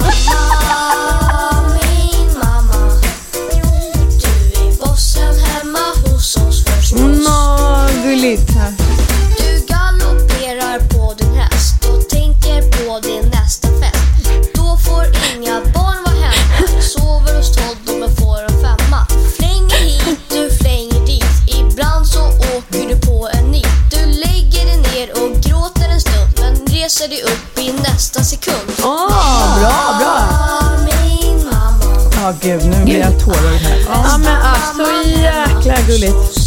J: Min mamma, du är bossen hemma hos oss förstås.
F: Gulligt.
J: Du galopperar på din häst och tänker på din nästa fest. Då får inga barn vara hemma. Du sover hos Todd men får en 5. Flänger hit, du flänger dit. Ibland så åker du på en nit. Du lägger dig ner och gråter en stund, men reser dig upp i nästa sekund.
F: Bra.
J: Min mamma.
E: Ja, gud, nu blir jag tårögd här.
F: Ja, men så jäkla gulligt.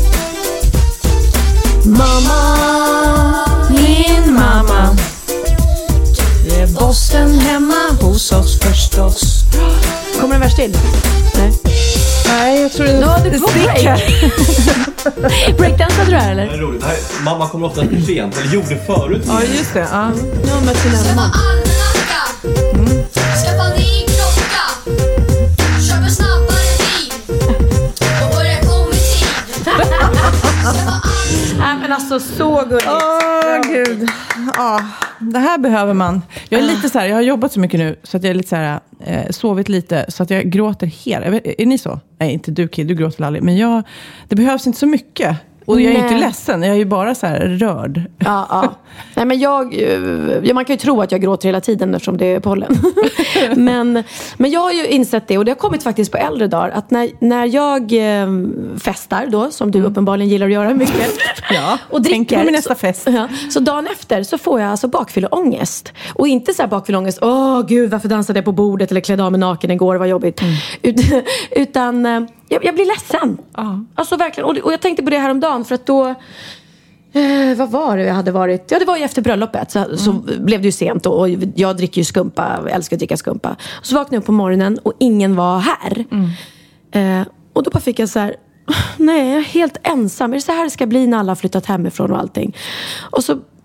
F: Mamma, min mamma.
E: Det är bossen hemma hos oss förstås.
F: Kommer den vers till?
E: Nej, jag tror det
F: är break. Breakdansade du här eller?
G: Det är roligt. Det här, mamma kommer ofta för sent, eller gjorde förut.
E: Ja, just det. Ja.
F: Nu har mött sin
J: Skaffa
F: mamma.
J: almanacka. Skaffa ny klocka. Köp en snabbare bil. Och börja komma i tid.
F: Nej men alltså så gulligt.
E: Gud. Ja, det här behöver man. Jag är lite så här, jag har jobbat så mycket nu så att jag är lite så här, sovit lite så att jag gråter helt. Är ni så? Nej, inte du Kid, du gråter väl aldrig. Men det behövs inte så mycket. Och jag är inte ledsen, jag är ju bara så här rörd.
F: Ja. Nej men man kan ju tro att jag gråter hela tiden eftersom det är pollen. men jag har ju insett det, och det har kommit faktiskt på äldre dagar, att när jag festar då, som du uppenbarligen gillar att göra mycket.
E: Ja,
F: och dricker.
E: tänk på min nästa fest.
F: Så dagen efter så får jag alltså bakfylleångest. Och inte så här bakfylleångest, gud varför dansade jag på bordet eller klädde av mig naken igår, vad jobbigt. Utan jag blir ledsen. Alltså verkligen, och jag tänkte på det här om dagen, för att då vad var det jag hade varit? Ja, det var ju efter bröllopet. Så blev det ju sent och jag dricker ju skumpa, älskar att dricka skumpa. Så vaknade jag upp på morgonen och ingen var här. Och då bara fick jag så här, nej, jag är helt ensam. Är det så här det ska bli när alla har flyttat hemifrån och allting? Och så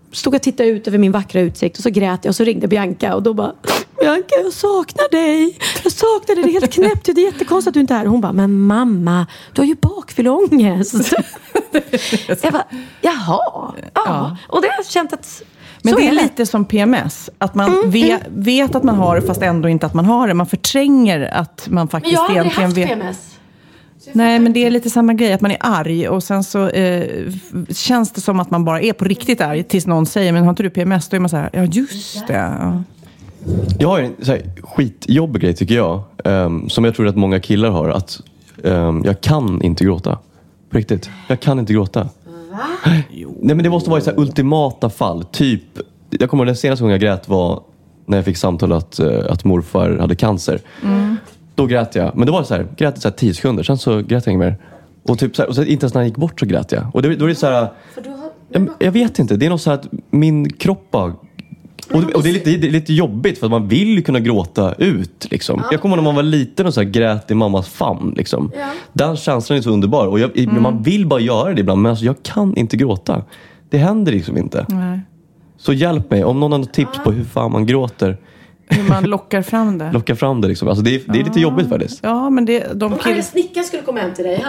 F: stod och tittade ut över min vackra utsikt och så grät jag och så ringde Bianca och då bara, Bianca, jag saknar dig. Jag saknar dig, det är helt knäppt. Det är jättekonstigt att du inte är här. Hon bara, men mamma, du har ju bakfylleångest. Jag bara, jaha. Ja. Och det har jag känt att...
E: Men det är lite som PMS. Att man vet att man har det fast ändå inte att man har det. Man förtränger att man faktiskt
F: egentligen vet.
E: Men jag har aldrig haft PMS. Nej, men det är lite samma grej. Att man är arg och sen så känns det som att man bara är på riktigt arg tills någon säger, men har inte du PMS? Då är man så här, ja just det. Ja.
G: Jag har en så här skitjobbig grej tycker jag. Som jag tror att många killar har. Att jag kan inte gråta. På riktigt. Jag kan inte gråta. Va? Nej, men det måste vara i så här ultimata fall. Typ, jag kommer ihåg den senaste gången jag grät var när jag fick samtal att morfar hade cancer. Då grät jag. Men det var så här, grät i så här 10 sekunder. Sen så grät jag inte mer. Och typ så här, och så inte ens när han gick bort så grät jag. Och då är det så här, jag vet inte. Det är något så här att min kropp bara... Och det är lite jobbigt för att man vill ju kunna gråta ut liksom. Jag kommer ihåg när man var liten och så här grät i mammas famn liksom. Den känslan är så underbar. Och man vill bara göra det ibland. Men alltså, jag kan inte gråta. Det händer liksom inte. Nej. Så hjälp mig. Om någon har tips på hur fan man gråter.
E: Hur man lockar fram det.
G: Lockar fram det liksom. Alltså det är lite jobbigt faktiskt.
E: Ja, men
F: snickaren skulle komma hem till dig.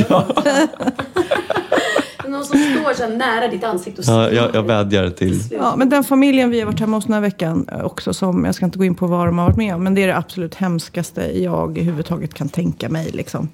F: Någon som står så nära ditt ansikte.
G: Ja, jag vädjar till.
E: Ja, men den familjen vi har varit hemma hos den här veckan också, som jag ska inte gå in på vad de har varit med om, men det är det absolut hemskaste jag överhuvudtaget kan tänka mig liksom.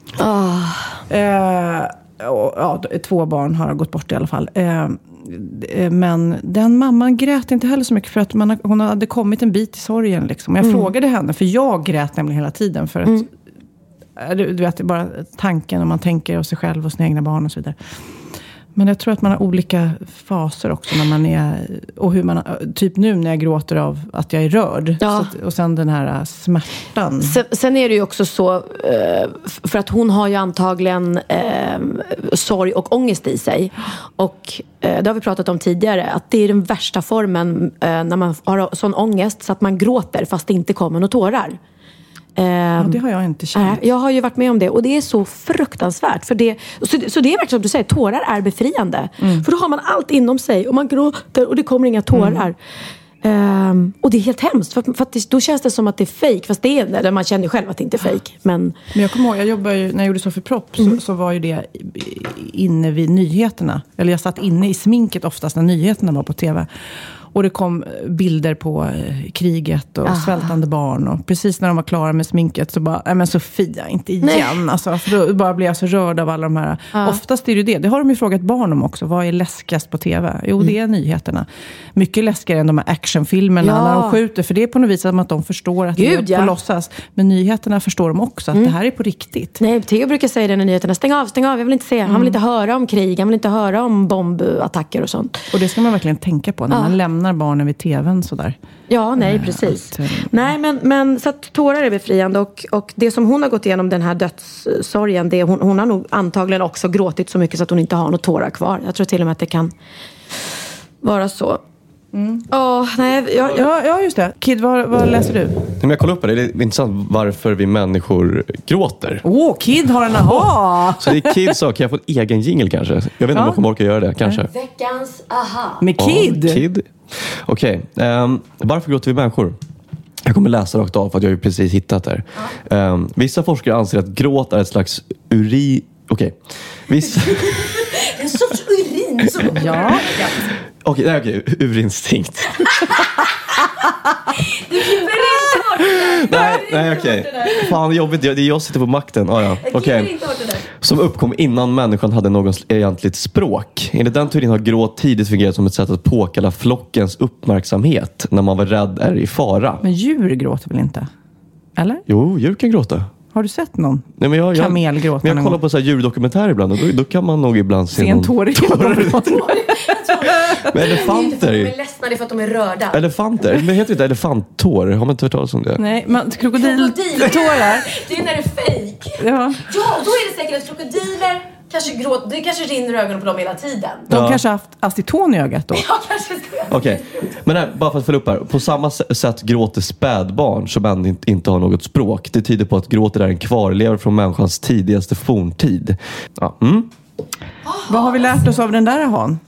E: Ja, 2 barn har gått bort i alla fall. Men den mamman grät inte heller så mycket för att hon hade kommit en bit i sorgen liksom. Jag frågade henne, för jag grät nämligen hela tiden för att du vet, bara tanken om man tänker av sig själv och sina egna barn och så vidare. Men jag tror att man har olika faser också när man är, och hur man, typ nu när jag gråter av att jag är rörd.
F: Ja.
E: Och sen den här smärtan.
F: Sen är det ju också så, för att hon har ju antagligen sorg och ångest i sig. Och det har vi pratat om tidigare, att det är den värsta formen när man har sån ångest så att man gråter fast det inte kommer några tårar.
E: Ja, det har jag inte känt.
F: Jag har ju varit med om det och det är så fruktansvärt för det, så det är verkligen som du säger, tårar är befriande. För då har man allt inom sig och man gråter och det kommer inga tårar. Och det är helt hemskt för att då känns det som att det är fake, fast det är, man känner själv att det inte är fake. Men
E: jag kommer ihåg, jag jobbade ju, när jag gjorde så för Propp så var ju det inne vid nyheterna, eller jag satt inne i sminket oftast när nyheterna var på tv. Och det kom bilder på kriget och svältande barn. Och precis när de var klara med sminket så bara, nej men Sofia, inte igen. Alltså, för då bara blev jag så rörd av alla de här. Oftast är det. Det har de ju frågat barn om också. Vad är läskigast på tv? Jo, det är nyheterna. Mycket läskigare än de här actionfilmerna när de skjuter. För det är på något vis att de förstår att det är på låtsas. Men nyheterna förstår de också att det här är på riktigt.
F: Nej, Theo brukar säga det när nyheterna. Stäng av, jag vill inte se. Han vill inte höra om krig. Han vill inte höra om bombattacker och sånt.
E: Och det ska man verkligen tänka på när man lämnar barnen vid tvn sådär.
F: Ja, nej, precis. Nej, men så att tårar är befriande och det som hon har gått igenom, den här dödssorgen, det, hon har nog antagligen också gråtit så mycket så att hon inte har några tårar kvar. Jag tror till och med att det kan vara så.
E: Ja, just det. Kid, vad läser du?
G: Men jag kollar upp det. Det är intressant varför vi människor gråter.
E: Kid har en aha.
G: Så det är Kid sak. Kan jag få en egen jingle kanske? Jag vet inte om jag kommer orka göra det, kanske.
F: Veckans aha.
E: Med Kid?
G: Kid. Okej. Varför gråter vi människor? Jag kommer läsa rakt av för att jag har ju precis hittat det här. Vissa forskare anser att gråt är ett slags Vissa...
F: en sorts urin som...
E: Ja.
G: Okej, urinstinkt.
F: Du klipper inte bort det.
G: Nej, okej. Fan, jobbigt. Det är jag som sitter på makten. Okej. Som uppkom innan människan hade något egentligt språk. Enligt den teorin har gråt tidigt fungerat som ett sätt att påkalla flockens uppmärksamhet när man var rädd eller i fara.
E: Men djur gråter väl inte? Eller?
G: Jo, djur kan gråta.
E: Har du sett någon?
G: Nej, men jag
E: kollar
G: på så här djurdokumentärer ibland och då kan man nog ibland se
E: en tår.
G: Men elefanter...
F: Det är inte för att de är ledsna, det är för att de är rörda.
G: Elefanter? Men heter det inte elefanttår? Har man inte hört talas om det?
E: Nej, krokodiltårar.
F: Det är när det är fake. Ja, då är det säkert att krokodiler kanske gråter. Det kanske rinner ögonen på dem hela tiden.
E: De kanske har haft aceton i ögat då.
F: Ja, kanske det.
G: Okej. Men nej, bara för att följa upp här. På samma sätt gråter spädbarn som än inte har något språk. Det tyder på att gråter är en kvarlevare från människans tidigaste forntid. Ja.
E: Vad har vi lärt oss av den där, Han?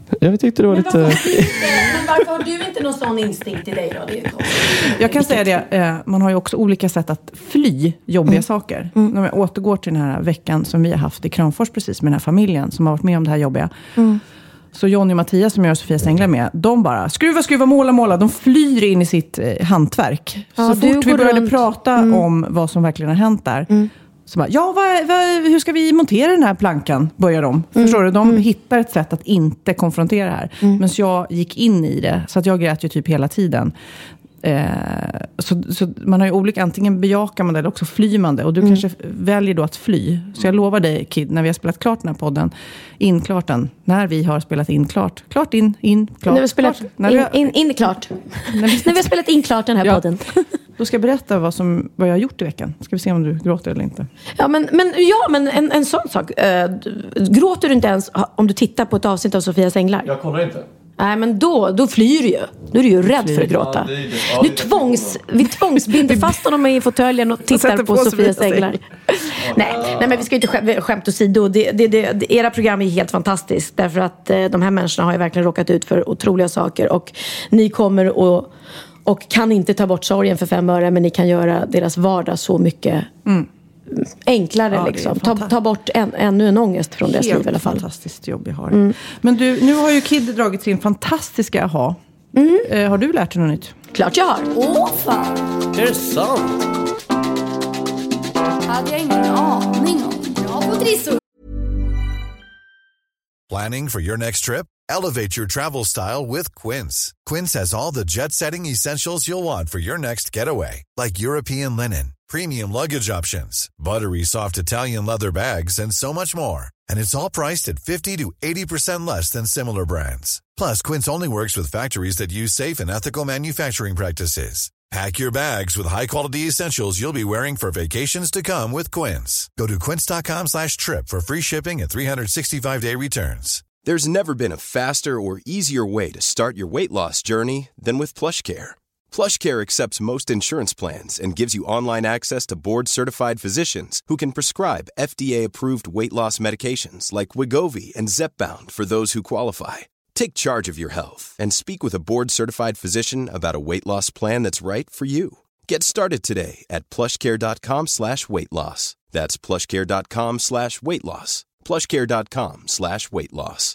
G: Jag tyckte det var lite...
F: Men varför har du inte någon sån instinkt i dig då? Det är
E: jag kan säga det, man har ju också olika sätt att fly jobbiga saker. När jag återgår till den här veckan som vi har haft i Kramfors precis med den här familjen som har varit med om det här jobbiga. Så Jonny och Mattias som jag och Sofia Sänglar med, de bara skruva, måla. De flyr in i sitt hantverk. Så fort vi började prata om vad som verkligen har hänt där. Så bara, hur ska vi montera den här plankan? Börjar de. Förstår du? De hittar ett sätt att inte konfrontera det här. Men så jag gick in i det. Så att jag grät ju typ hela tiden. Så man har ju olika, antingen bejakar man det eller också flyr man det. Och du kanske väljer då att fly. Så jag lovar dig, Kid, när vi har spelat klart den här podden, klart den, när vi har spelat in klart klart. När vi har spelat klart. När vi har spelat in klart den här podden. Då ska jag berätta vad jag har gjort i veckan. Ska vi se om du gråter eller inte.
F: Ja, men en sån sak. Gråter du inte ens om du tittar på ett avsnitt av Sofias Änglar?
G: Jag kollar inte.
F: Nej, men då flyr du ju. Då är du ju rädd för att gråta. Vi tvångsbinder fast honom i fåtöljen och tittar på Sofias Änglar. Nej, men vi ska inte skämt åsido. Era program är helt fantastiskt. Därför att de här människorna har ju verkligen råkat ut för otroliga saker. Och ni kommer och kan inte ta bort sorgen för 5 öre, men ni kan göra deras vardag så mycket enklare. Liksom. Ta bort ännu en ångest från deras liv i alla fall.
E: Fantastiskt jobb jag har. Men du, nu har ju Kid dragit sin fantastiska aha. Har du lärt dig något nytt?
F: Klart jag har.
K: Fan.
G: Är det sant?
K: Hade jag ingen aning om. Jag får trissor.
L: Planning for your next trip? Elevate your travel style with Quince. Quince has all the jet-setting essentials you'll want for your next getaway, like European linen, premium luggage options, buttery soft Italian leather bags, and so much more. And it's all priced at 50 to 80% less than similar brands. Plus, Quince only works with factories that use safe and ethical manufacturing practices. Pack your bags with high-quality essentials you'll be wearing for vacations to come with Quince. Go to quince.com/trip for free shipping and 365-day returns.
M: There's never been a faster or easier way to start your weight loss journey than with PlushCare. PlushCare accepts most insurance plans and gives you online access to board-certified physicians who can prescribe FDA-approved weight loss medications like Wegovy and Zepbound for those who qualify. Take charge of your health and speak with a board-certified physician about a weight loss plan that's right for you. Get started today at plushcare.com/weightloss. That's plushcare.com/weightloss. plushcare.com/weightloss.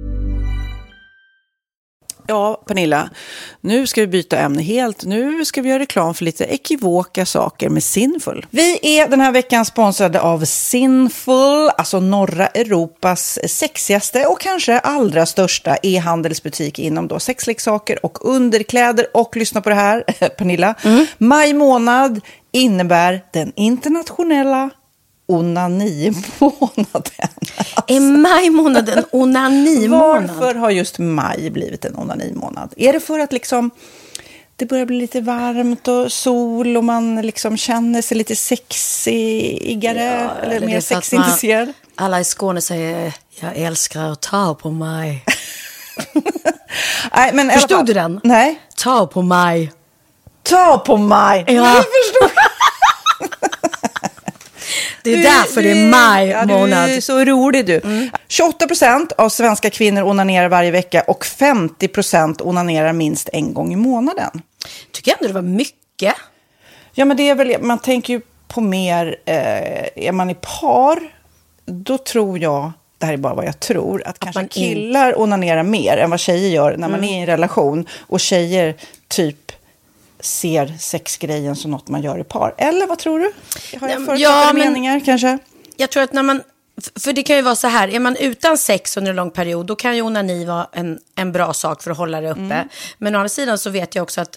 E: Ja, Pernilla, nu ska vi byta ämne helt. Nu ska vi göra reklam för lite ekivoka saker med Sinful. Vi är den här veckan sponsrade av Sinful, alltså norra Europas sexigaste och kanske allra största e-handelsbutik inom då sexleksaker och underkläder. Och lyssna på det här, Pernilla. Maj månad innebär den internationella onani-månaden.
F: Är maj-månaden onani-månad?
E: Varför har just maj blivit en onani-månad? Är det för att liksom det börjar bli lite varmt och sol och man liksom känner sig lite sexigare eller mer sexintresserad?
F: Alla i Skåne säger jag älskar att ta på mig.
E: Nej, men
F: förstod du den?
E: Nej.
F: Ta på mig.
E: Ta på mig.
F: Ja. Jag förstod. Det är därför det är maj månad.
E: Du är så rolig du. 28% av svenska kvinnor onanerar varje vecka och 50% onanerar minst en gång i månaden.
F: Tycker jag ändå det var mycket.
E: Ja, men det är väl, man tänker ju på mer, är man i par, då tror jag, det här är bara vad jag tror, att kanske killar onanerar mer än vad tjejer gör när man är i en relation. Och tjejer typ ser sexgrejen som något man gör i par. Eller vad tror du? Har jag förutsatta meningar kanske?
F: Jag tror att när man, för det kan ju vara så här, är man utan sex under en lång period, då kan ju onani vara en bra sak för att hålla det uppe. Men å andra sidan så vet jag också att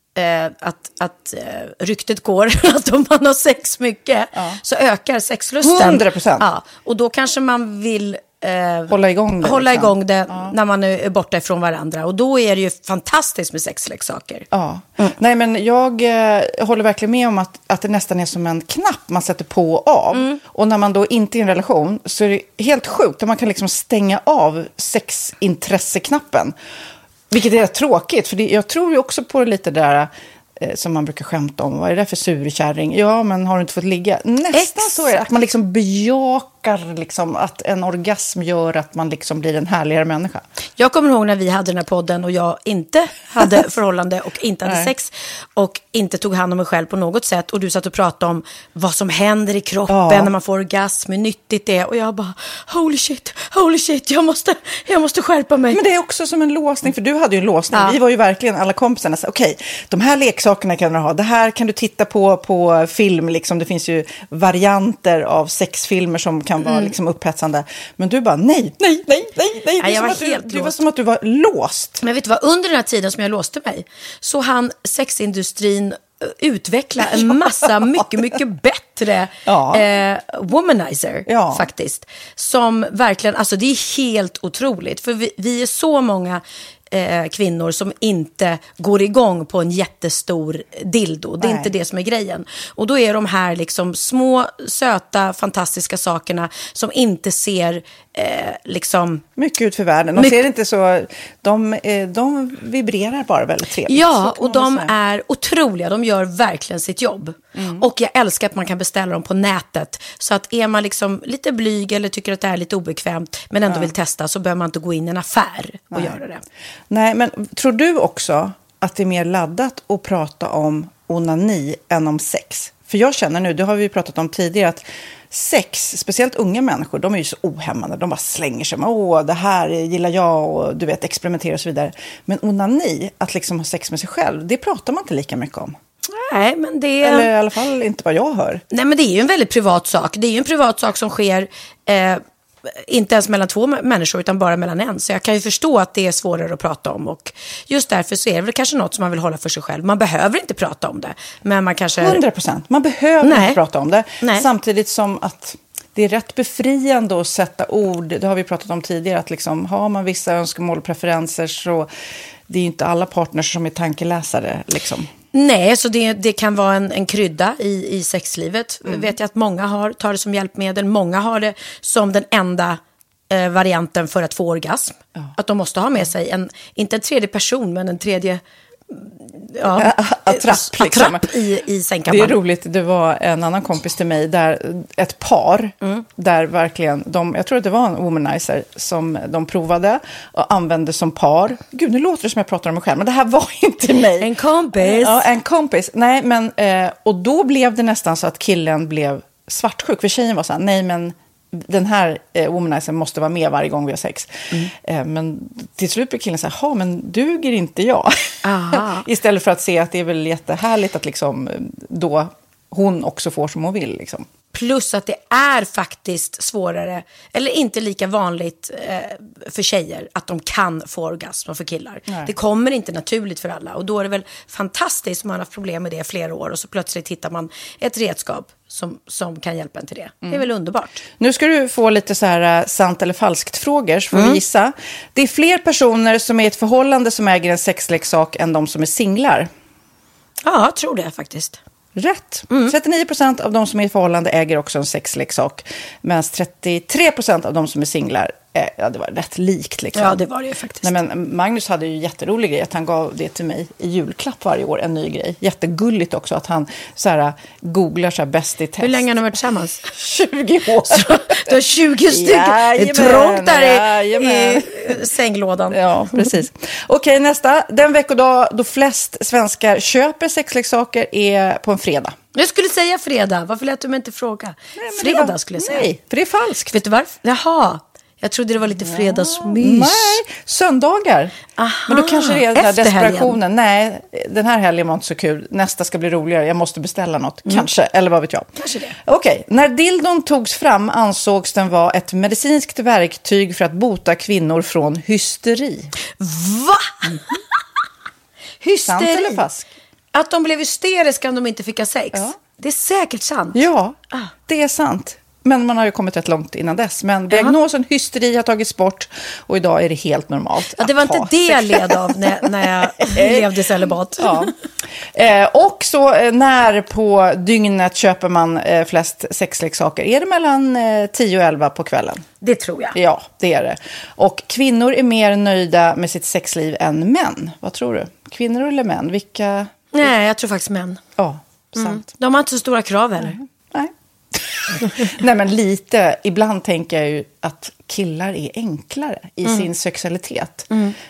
F: ryktet går att om man har sex mycket så ökar sexlusten.
E: 100%.
F: Ja, och då kanske man vill
E: hålla igång det
F: när man är borta ifrån varandra. Och då är det ju fantastiskt med sexleksaker.
E: Ja. Nej, men jag håller verkligen med om att det nästan är som en knapp man sätter på och av. Och när man då inte är i en relation så är det helt sjukt att man kan liksom stänga av sexintresseknappen. Vilket är tråkigt, för jag tror ju också på lite där som man brukar skämta om. Vad är det för surkärring? Ja, men har du inte fått ligga? Nästan så är det, att man liksom bejakar
N: lockar liksom, att en orgasm gör att man liksom blir en härligare människa?
F: Jag kommer ihåg när vi hade den här podden och jag inte hade förhållande och inte hade sex och inte tog hand om mig själv på något sätt. Och du satt och pratade om vad som händer i kroppen när man får orgasm, hur nyttigt det är. Och jag bara, holy shit, jag måste skärpa mig.
N: Men det är också som en låsning, för du hade ju en låsning. Vi var ju verkligen alla kompisarna. Okej, de här leksakerna kan du ha. Det här kan du titta på film. Liksom. Det finns ju varianter av sexfilmer som kan vara liksom upphetsande. Men du bara, nej. Det var som att du var låst.
F: Men vet du vad, under den här tiden som jag låste mig så hann sexindustrin utveckla en massa mycket bättre womanizer faktiskt. Som verkligen, alltså det är helt otroligt. För vi är så många kvinnor som inte går igång på en jättestor dildo. Det är inte det som är grejen. Och då är de här liksom små, söta, fantastiska sakerna som inte ser liksom...
N: mycket ut för världen. De ser inte så... De vibrerar bara väldigt trevligt.
F: Ja, och de är otroliga. De gör verkligen sitt jobb. Och jag älskar att man kan beställa dem på nätet. Så att är man liksom lite blyg eller tycker att det är lite obekvämt men ändå vill testa, så behöver man inte gå in i en affär och göra det.
N: Nej, men tror du också att det är mer laddat att prata om onani än om sex? För jag känner nu, det har vi pratat om tidigare, att sex, speciellt unga människor, de är ju så ohämmande. De bara slänger sig med, det här gillar jag, och du vet, experimentera och så vidare. Men onani, att liksom ha sex med sig själv, det pratar man inte lika mycket om.
F: Nej, men det...
N: Eller i alla fall inte vad jag hör.
F: Nej, men det är ju en väldigt privat sak. Det är ju en privat sak som sker... inte ens mellan två människor utan bara mellan en. Så jag kan ju förstå att det är svårare att prata om. Och just därför så är det väl kanske något som man vill hålla för sig själv. Man behöver inte prata om det. Men man kanske...
N: 100%. Man behöver inte prata om det. Nej. Samtidigt som att det är rätt befriande att sätta ord. Det har vi pratat om tidigare. Att liksom, har man vissa önskemål och preferenser, så det är ju inte alla partners som är tankeläsare liksom.
F: Nej, så det kan vara en krydda i sexlivet. Vet jag att många tar det som hjälpmedel. Många har det som den enda varianten för att få orgasm. Att de måste ha med sig inte en tredje person, men en tredje... attrapp i sängkammaren.
N: Det är roligt, det var en annan kompis till mig där ett par där verkligen jag tror att det var en womanizer som de provade och använde som par. Gud, nu låter det som jag pratar om mig själv, men det här var inte mig.
F: En kompis.
N: Ja, en kompis. Nej, men och då blev det nästan så att killen blev svartsjuk, för tjejen var så här, nej men den här womanizern måste vara med varje gång vi har sex. Men till slut blir killen så här, men duger inte jag? Istället för att se att det är väl jättehärligt att liksom, då hon också får som hon vill. Liksom.
F: Plus att det är faktiskt svårare, eller inte lika vanligt för tjejer att de kan få orgasm för killar. Nej. Det kommer inte naturligt för alla. Och då är det väl fantastiskt om man har haft problem med det i flera år och så plötsligt hittar man ett redskap som kan hjälpa en till det. Det är väl underbart.
N: Nu ska du få lite så här sant eller falskt frågor, så får vi gissa. Det är fler personer som är i ett förhållande som äger en sexleksak än de som är singlar.
F: Ja, jag tror det faktiskt.
N: Rätt. 39% av de som är i förhållande äger också en sexleksak. Medan 33% av de som är singlar, det var rätt likt. Liksom.
F: Ja, det var det faktiskt.
N: Nej, men Magnus hade ju jätterolig grej att han gav det till mig i julklapp varje år, en ny grej. Jättegulligt också att han så här, googlar så här bäst i test.
F: Hur länge har ni varit tillsammans?
N: 20 år.
F: Så, du har 20 stycken. Det är trångt där i sänglådan.
N: Ja, precis. Okej, nästa. Den veckodag då flest svenskar köper sexleksaker är på en fredag.
F: Jag skulle säga fredag. Varför lät du mig inte fråga? Fredag skulle jag säga.
N: Nej, för det är falskt.
F: Vet du varför? Jaha. Jag trodde det var lite fredagsmys.
N: Nej, söndagar. Aha, men då kanske det är den här desperationen. Nej, den här helgen var inte så kul. Nästa ska bli roligare. Jag måste beställa något. Kanske, eller vad vet jag.
F: Kanske det.
N: Okej, när dildon togs fram ansågs den vara ett medicinskt verktyg för att bota kvinnor från hysteri.
F: Va? Hysteri?
N: Sant eller falskt?
F: Att de blev hysteriska om de inte fick ha sex. Ja. Det är säkert sant.
N: Ja, det är sant. Men man har ju kommit rätt långt innan dess. Men diagnosen hysteri har tagits bort. Och idag är det helt normalt.
F: Ja, det var inte det jag led av när jag levde celibat.
N: Ja. Och så när på dygnet köper man flest sexleksaker? Är det mellan 10 och 11 på kvällen?
F: Det tror jag.
N: Ja, det är det. Och kvinnor är mer nöjda med sitt sexliv än män. Vad tror du? Kvinnor eller män? Vilka?
F: Nej, jag tror faktiskt män.
N: Ja, sant.
F: De har inte så stora krav heller.
N: Nej. Nej, men lite. Ibland tänker jag ju att killar är enklare i sin sexualitet.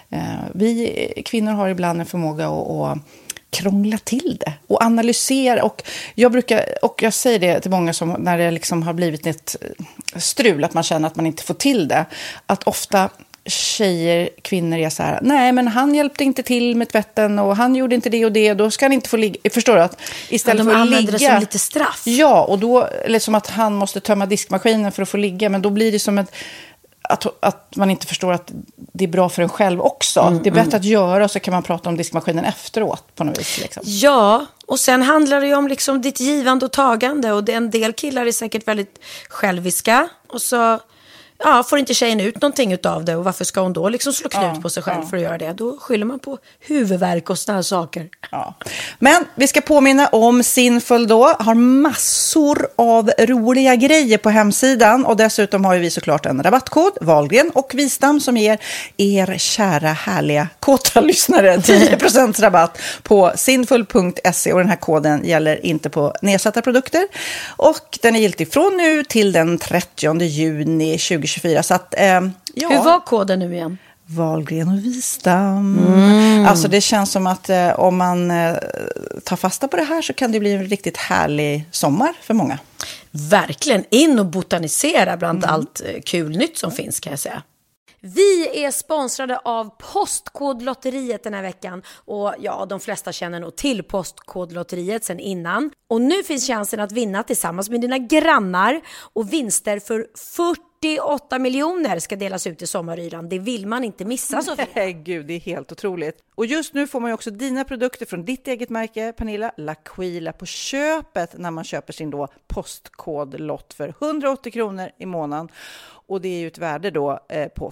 N: Vi kvinnor har ibland en förmåga att krångla till det och analysera. Och jag säger det till många som när det liksom har blivit ett strul, att man känner att man inte får till det. Att ofta kvinnor är så här, nej men han hjälpte inte till med tvätten och han gjorde inte det och det, då ska han inte få ligga. Förstår du? Att istället för att ligga,
F: det som lite straff.
N: Ja, och då eller som att han måste tömma diskmaskinen för att få ligga, men då blir det som att man inte förstår att det är bra för en själv också. Det är bättre att göra, och så kan man prata om diskmaskinen efteråt på något vis. Liksom.
F: Ja, och sen handlar det ju om liksom ditt givande och tagande. Och en del killar är säkert väldigt själviska. Och så får inte tjejen ut någonting av det. Och varför ska hon då liksom slå knut på sig själv för att göra det? Då skyller man på huvudvärk och sådana saker.
N: Ja. Men vi ska påminna om Sinful då. Har massor av roliga grejer på hemsidan. Och dessutom har vi såklart en rabattkod, Wahlgren och Wistam, som ger er kära, härliga, kåta lyssnare 10% rabatt på sinful.se. Och den här koden gäller inte på nedsatta produkter. Och den är giltig från nu till den 30 juni 2024. Så att,
F: Hur var koden nu igen?
N: Wahlgren och Wistam. Alltså det känns som att om man tar fasta på det här så kan det bli en riktigt härlig sommar för många.
F: Verkligen, in och botanisera bland allt kul nytt som finns, kan jag säga. Vi är sponsrade av Postkodlotteriet den här veckan. Och de flesta känner nog till Postkodlotteriet sedan innan. Och nu finns chansen att vinna tillsammans med dina grannar. Och vinster för 48 miljoner ska delas ut i sommaryran. Det vill man inte missa, Sofia.
N: Nej, gud, det är helt otroligt. Och just nu får man ju också dina produkter från ditt eget märke, Pernilla, L'Aquila, på köpet när man köper sin då postkodlott för 180 kronor i månaden. Och det är ju ett värde då på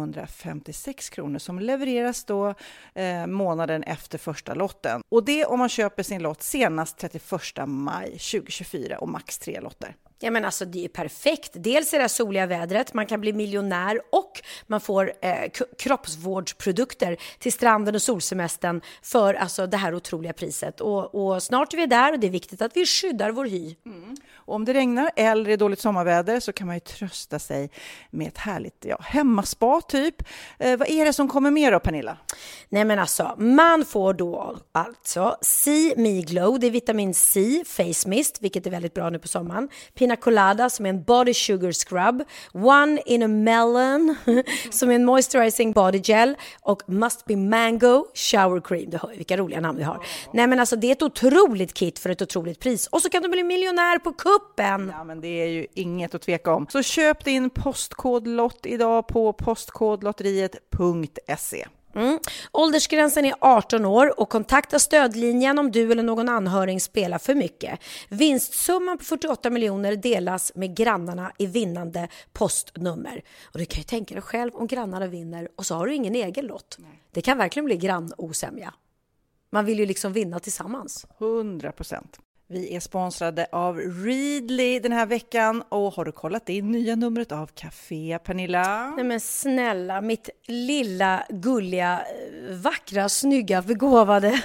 N: 556 kronor som levereras då månaden efter första lotten. Och det om man köper sin lott senast 31 maj 2024 och max 3 lotter.
F: Ja, men alltså det är perfekt. Dels är det soliga vädret, man kan bli miljonär och man får kroppsvårdsprodukter till stranden och solsemestern för alltså det här otroliga priset. Och snart är vi där och det är viktigt att vi skyddar vår hy.
N: Och om det regnar eller är dåligt sommarväder så kan man ju trösta sig med ett härligt hemmaspa typ. Vad är det som kommer med då, Pernilla?
F: Nej, men alltså man får då alltså See Me Glow, det är vitamin C, face mist, vilket är väldigt bra nu på sommaren. Pina Colada som är en body sugar scrub, One in a Melon som är en moisturizing body gel och Must Be Mango shower cream. Du hör vilka roliga namn vi har. Nej, men alltså det är ett otroligt kit för ett otroligt pris. Och så kan du bli miljonär på kuppen.
N: Ja, men det är ju inget att tveka om. Så köp din postkodlott idag på postkodlotteriet.se.
F: Åldersgränsen är 18 år och kontakta stödlinjen om du eller någon anhörig spelar för mycket. Vinstsumman på 48 miljoner delas med grannarna i vinnande postnummer. Och du kan ju tänka dig själv om grannarna vinner och så har du ingen egen lott. Nej. Det kan verkligen bli grannosämja. Man vill ju liksom vinna tillsammans.
N: 100%. Vi är sponsrade av Readly den här veckan. Och har du kollat in nya numret av Café, Pernilla?
F: Nej men snälla, mitt lilla, gulliga, vackra, snygga, begåvade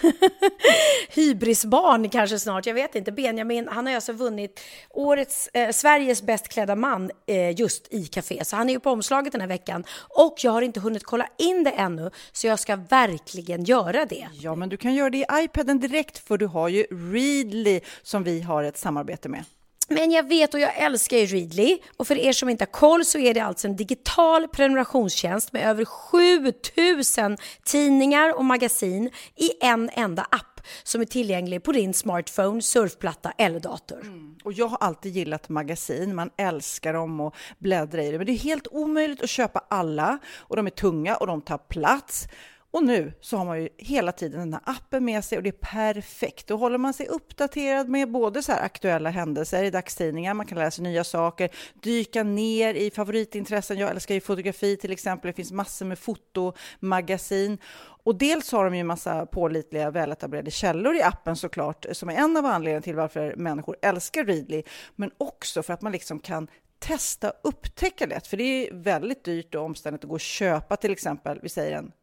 F: hybrisbarn kanske snart. Jag vet inte, Benjamin, han har alltså vunnit årets Sveriges bäst klädda man just i Café. Så han är ju på omslaget den här veckan. Och jag har inte hunnit kolla in det ännu. Så jag ska verkligen göra det.
N: Ja, men du kan göra det i iPaden direkt för du har ju Readly som vi har ett samarbete med.
F: Men jag vet och jag älskar ju Readly. Och för er som inte har koll så är det alltså en digital prenumerationstjänst med över 7000 tidningar och magasin i en enda app som är tillgänglig på din smartphone, surfplatta eller dator.
N: Och jag har alltid gillat magasin. Man älskar dem och bläddra i det. Men det är helt omöjligt att köpa alla. Och de är tunga och de tar plats. Och nu så har man ju hela tiden den här appen med sig och det är perfekt. Då håller man sig uppdaterad med både så här aktuella händelser i dagstidningar. Man kan läsa nya saker, dyka ner i favoritintressen. Jag älskar ju fotografi till exempel. Det finns massor med fotomagasin. Och dels har de ju en massa pålitliga, väletablerade källor i appen såklart. Som är en av anledningarna till varför människor älskar Readly. Men också för att man liksom kan testa upptäcka lätt, för det är väldigt dyrt och omständigt att gå och köpa till exempel, vi säger en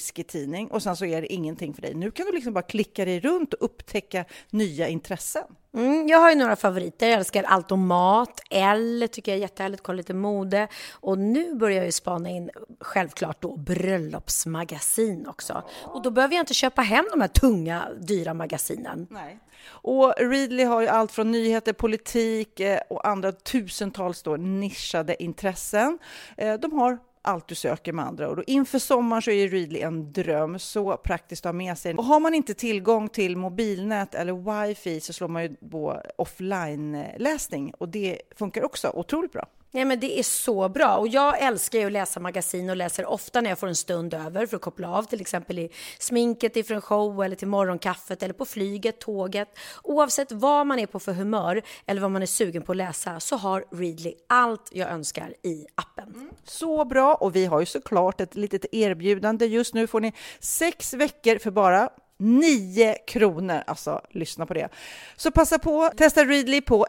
N: sportfisketidning och sen så är det ingenting för dig. Nu kan du liksom bara klicka dig runt och upptäcka nya intressen.
F: Jag har ju några favoriter. Jag älskar allt om mat. Elle tycker jag är jättehärligt. Kolla lite mode. Och nu börjar jag ju spana in, självklart då, bröllopsmagasin också. Och då behöver jag inte köpa hem de här tunga, dyra magasinen.
N: Nej. Och Readly har ju allt från nyheter, politik och andra tusentals då nischade intressen. De har allt du söker med andra. Och inför sommaren så är Readly en dröm, så praktiskt att ha med sig. Och har man inte tillgång till mobilnät eller wifi så slår man ju på offline-läsning. Och det funkar också otroligt bra.
F: Nej, men det är så bra. Och jag älskar ju att läsa magasin och läser ofta när jag får en stund över för att koppla av. Till exempel i sminket ifrån show eller till morgonkaffet eller på flyget, tåget. Oavsett vad man är på för humör eller vad man är sugen på att läsa så har Readly allt jag önskar i appen.
N: Så bra, och vi har ju såklart ett litet erbjudande. Just nu får ni 6 veckor för bara 9 kronor, alltså lyssna på det. Så passa på, testa Readly på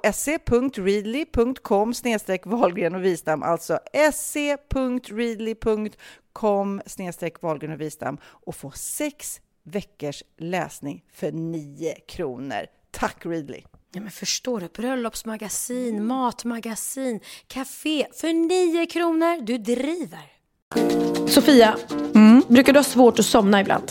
N: se.readly.com/Wahlgren och Wistam, alltså se.readly.com/Wahlgren och Wistam och få 6 veckors läsning för 9 kronor. Tack Readly!
F: Ja, men förstår du? Bröllopsmagasin, matmagasin, café för 9 kronor. Du driver. Sofia, brukar du ha svårt att somna ibland?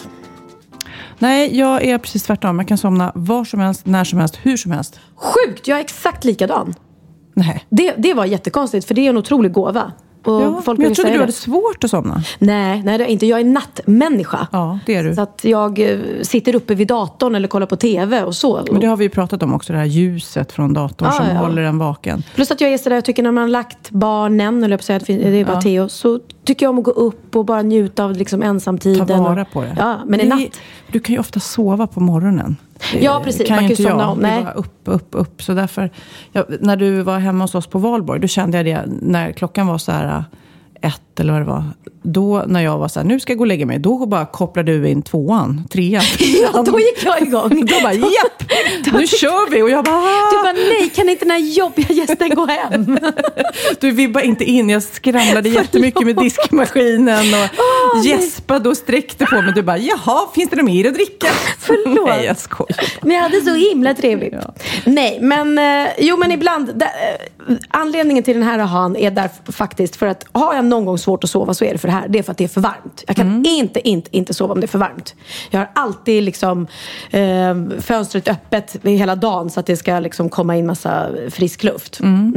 E: Nej, jag är precis tvärtom. Jag kan somna var som helst, när som helst, hur som helst.
F: Sjukt, jag är exakt likadan.
E: Nej.
F: Det var jättekonstigt, för det är en otrolig gåva. Och folk
E: men jag trodde du
F: det.
E: hade svårt att somna.
F: Nej, det är inte. Jag är nattmänniska.
E: Ja, det är du.
F: Så att jag sitter uppe vid datorn eller kollar på tv och så.
E: Men det har vi ju pratat om också, det här ljuset från datorn som håller en vaken.
F: Plus att jag är sådär, jag tycker när man har lagt barnen, eller jag säga att det är bara Theo, så tycker jag om att gå upp och bara njuta av liksom ensamtiden.
E: Ta vara på det.
F: Ja, men i natt.
E: Du kan ju ofta sova på morgonen.
F: Ja, precis. Man kan ju somna om.
E: Nej. Det var upp. Så därför, när du var hemma hos oss på Valborg, då kände jag det när klockan var så här 1 eller vad det var. Då när jag var så här, nu ska jag gå och lägga mig, då bara kopplade du in 2:an, 3:an.
F: Ja, då gick jag igång.
E: Då bara, japp, nu kör vi. Och jag bara,
F: du bara, nej, kan inte den här jobbiga gästen gå hem?
E: Du vibbade inte in, jag skramlade jättemycket med diskmaskinen och gäspade och sträckte på mig. Du bara, jaha, finns det något mer att dricka?
F: Förlåt.
E: Nej, jag skojar.
F: Men jag hade så himla trevligt. Ja. Nej, men men ibland anledningen till den här ahan är därför faktiskt för att har jag någon gång svårt att sova så är det för det här. Det är för att det är för varmt. Jag kan inte sova om det är för varmt. Jag har alltid liksom fönstret öppet hela dagen så att det ska liksom komma in massa frisk luft.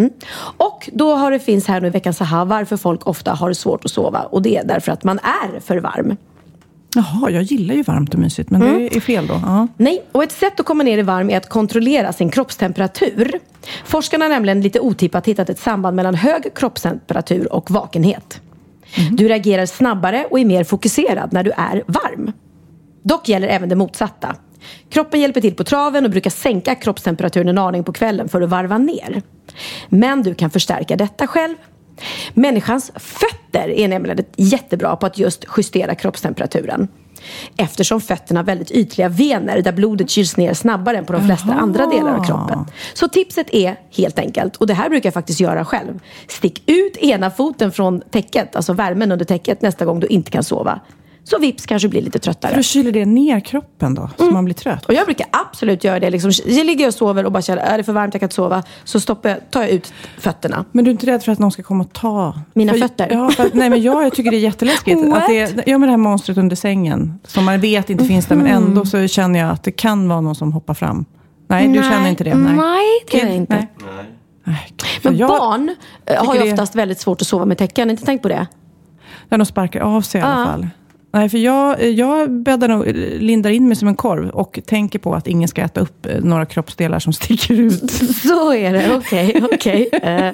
F: Och då har det finns här nu i veckans aha varför folk ofta har svårt att sova. Och det är därför att man är för varm.
E: Jaha, jag gillar ju varmt och mysigt, men det är fel då. Ja.
F: Nej, och ett sätt att komma ner i varm är att kontrollera sin kroppstemperatur. Forskarna har nämligen lite otippat hittat ett samband mellan hög kroppstemperatur och vakenhet. Du reagerar snabbare och är mer fokuserad när du är varm. Dock gäller även det motsatta. Kroppen hjälper till på traven och brukar sänka kroppstemperaturen en aning på kvällen för att varva ner. Men du kan förstärka detta själv. Människans fötter är nämligen jättebra på att just justera kroppstemperaturen. Eftersom fötterna har väldigt ytliga vener där blodet kyls ner snabbare än på de flesta andra delar av kroppen. Så tipset är helt enkelt, och det här brukar jag faktiskt göra själv. Stick ut ena foten från täcket, alltså värmen under täcket nästa gång du inte kan sova. Så vips kanske blir lite tröttare.
E: För då kyler det ner kroppen då, så man blir trött.
F: Och jag brukar absolut göra det. Liksom, jag ligger och sover och bara känner, är det för varmt, jag kan inte sova. Så tar jag ut fötterna.
E: Men du är inte rädd för att någon ska komma och ta
F: mina fötter?
E: Ja, nej, men jag tycker det är jätteläskigt. Att med det här monstret under sängen, som man vet inte finns där, men ändå så känner jag att det kan vara någon som hoppar fram. Nej, du känner inte det?
F: Nej, det gör jag inte.
E: Nej.
F: Men barn har ju oftast väldigt svårt att sova med täcken. Har ni inte tänkt på det?
E: När de sparkar av sig i alla fall. Nej, för jag bäddar nog, lindar in mig som en korv och tänker på att ingen ska äta upp några kroppsdelar som sticker ut.
F: Så är det, okej.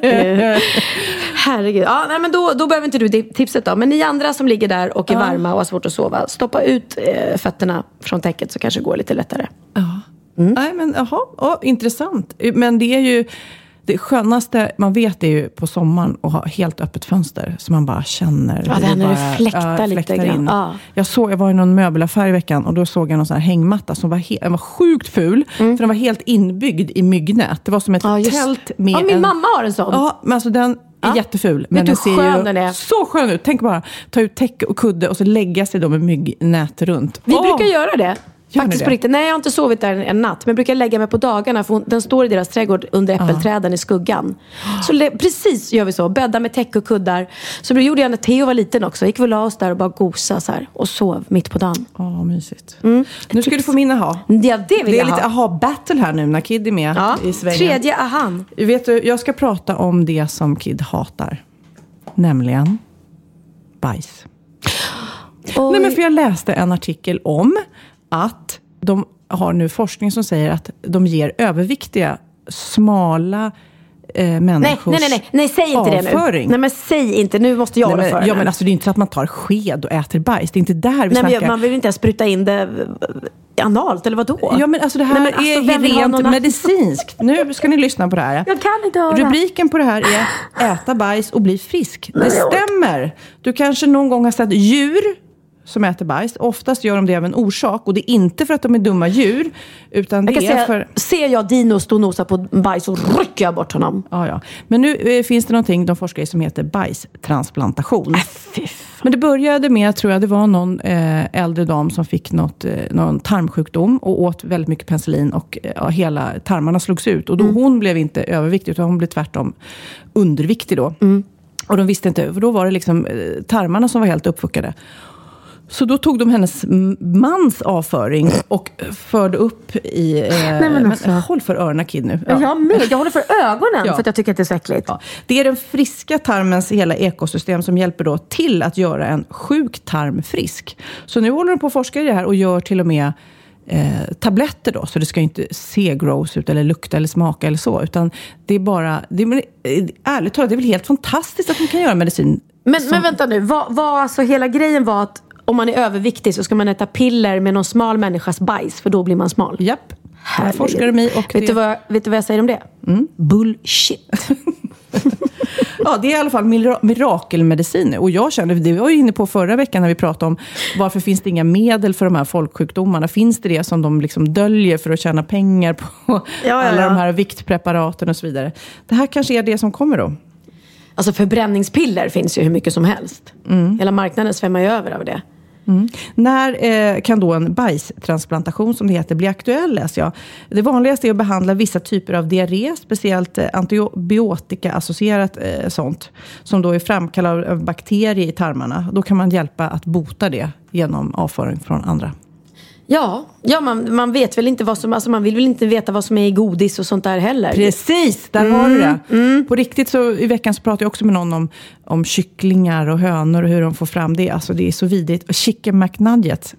F: Herregud. Ja, nej, men då behöver inte du tipset då. Men ni andra som ligger där och är varma och har svårt att sova, stoppa ut fötterna från täcket så kanske det går lite lättare.
E: Ja. Nej, men intressant. Men det är ju det skönaste man vet är ju på sommaren att ha helt öppet fönster så man bara känner.
F: Ja, det är när det fläktar lite grann. Ja.
E: Jag var i någon möbelaffär i veckan och då såg jag någon sån här hängmatta som var sjukt ful. För den var helt inbyggd i myggnät. Det var som ett tält med
F: min mamma har en sån.
E: Ja, men alltså den är jätteful. Men den ser ju så skön ut. Tänk bara, ta ut täcke och kudde och så lägga sig då med myggnät runt.
F: Vi brukar göra det. Faktiskt på riktigt. Nej, jag har inte sovit där en natt. Men jag brukar lägga mig på dagarna. För den står i deras trädgård under äppelträden i skuggan. Så precis gör vi så. Bädda med täck och kuddar. Så det gjorde jag när Theo var liten också. Gick vi och la oss där och bara gosa så här. Och sov mitt på dagen.
E: Mysigt. Nu ska du få min aha.
F: Ja, det vill jag ha.
E: Det är lite aha-battle här nu när Kid är med i svängen.
F: Tredje ahan.
E: Vet du, jag ska prata om det som Kid hatar. Nämligen bajs. Nej, men för jag läste en artikel om att de har nu forskning som säger att de ger överviktiga, smala människors
F: Nej, säg inte
E: avföring.
F: det nu. Nej, men säg inte. Nu måste jag hålla för.
E: Ja, men alltså det är inte så att man tar sked och äter bajs. Det är inte där vi snackar.
F: Men man vill inte ens spruta in det analt, eller vadå?
E: Ja, men alltså det här är rent medicinskt. Nu ska ni lyssna på det här.
F: Jag kan inte höra.
E: Rubriken på det här är äta bajs och bli frisk. Det stämmer. Du kanske någon gång har sett djur som äter bajs. Oftast gör de det av en orsak. Och det är inte för att de är dumma djur. Utan det är för...
F: Ser jag Dino stå och nosa på bajs och rycker jag bort honom.
E: Ja. Men nu finns det någonting de forskar i som heter bajstransplantation. Men det började med, tror jag, det var någon äldre dam som fick någon tarmsjukdom och åt väldigt mycket penicillin och hela tarmarna slogs ut. Och då hon blev inte överviktig utan hon blev tvärtom underviktig då. Och de visste inte, för då var det liksom tarmarna som var helt uppfuckade. Så då tog de hennes mans avföring och förde upp i... håll för öronen, Kid, nu.
F: Ja. Jag håller för ögonen för att jag tycker att det är så äckligt.
E: Ja. Det är den friska tarmens hela ekosystem som hjälper då till att göra en sjuk tarm frisk. Så nu håller de på att forska i det här och gör till och med tabletter då. Så det ska inte se gross ut eller lukta eller smaka eller så. Utan det är bara... ärligt talat, det är väl helt fantastiskt att man kan göra medicin.
F: Men vänta nu, alltså hela grejen var att om man är överviktig så ska man äta piller med någon smal människas bajs, för då blir man smal.
E: Japp. Här forskar de i. Och
F: vet du vad jag säger om det? Bullshit.
E: Ja, det är i alla fall mirakelmedicin. Och jag känner, det var ju inne på förra veckan när vi pratade om varför finns det inga medel för de här folksjukdomarna. Finns det som de liksom döljer för att tjäna pengar på alla de här viktpreparaten och så vidare. Det här kanske är det som kommer då.
F: Alltså förbränningspiller finns ju hur mycket som helst. Hela marknaden svämmar ju över av det.
E: När kan då en bajstransplantation, som det heter, bli aktuell, läser jag? Det vanligaste är att behandla vissa typer av diarré, speciellt antibiotika-associerat sånt, som då är framkallad av bakterier i tarmarna. Då kan man hjälpa att bota det genom avföring från andra.
F: Ja, man vet väl inte vad som... Alltså man vill väl inte veta vad som är i godis och sånt där heller.
E: Precis, där har du det. På riktigt så i veckan så pratade jag också med någon om kycklingar och hönor och hur de får fram det. Alltså det är så vidrigt. Och Chicken McNuggets,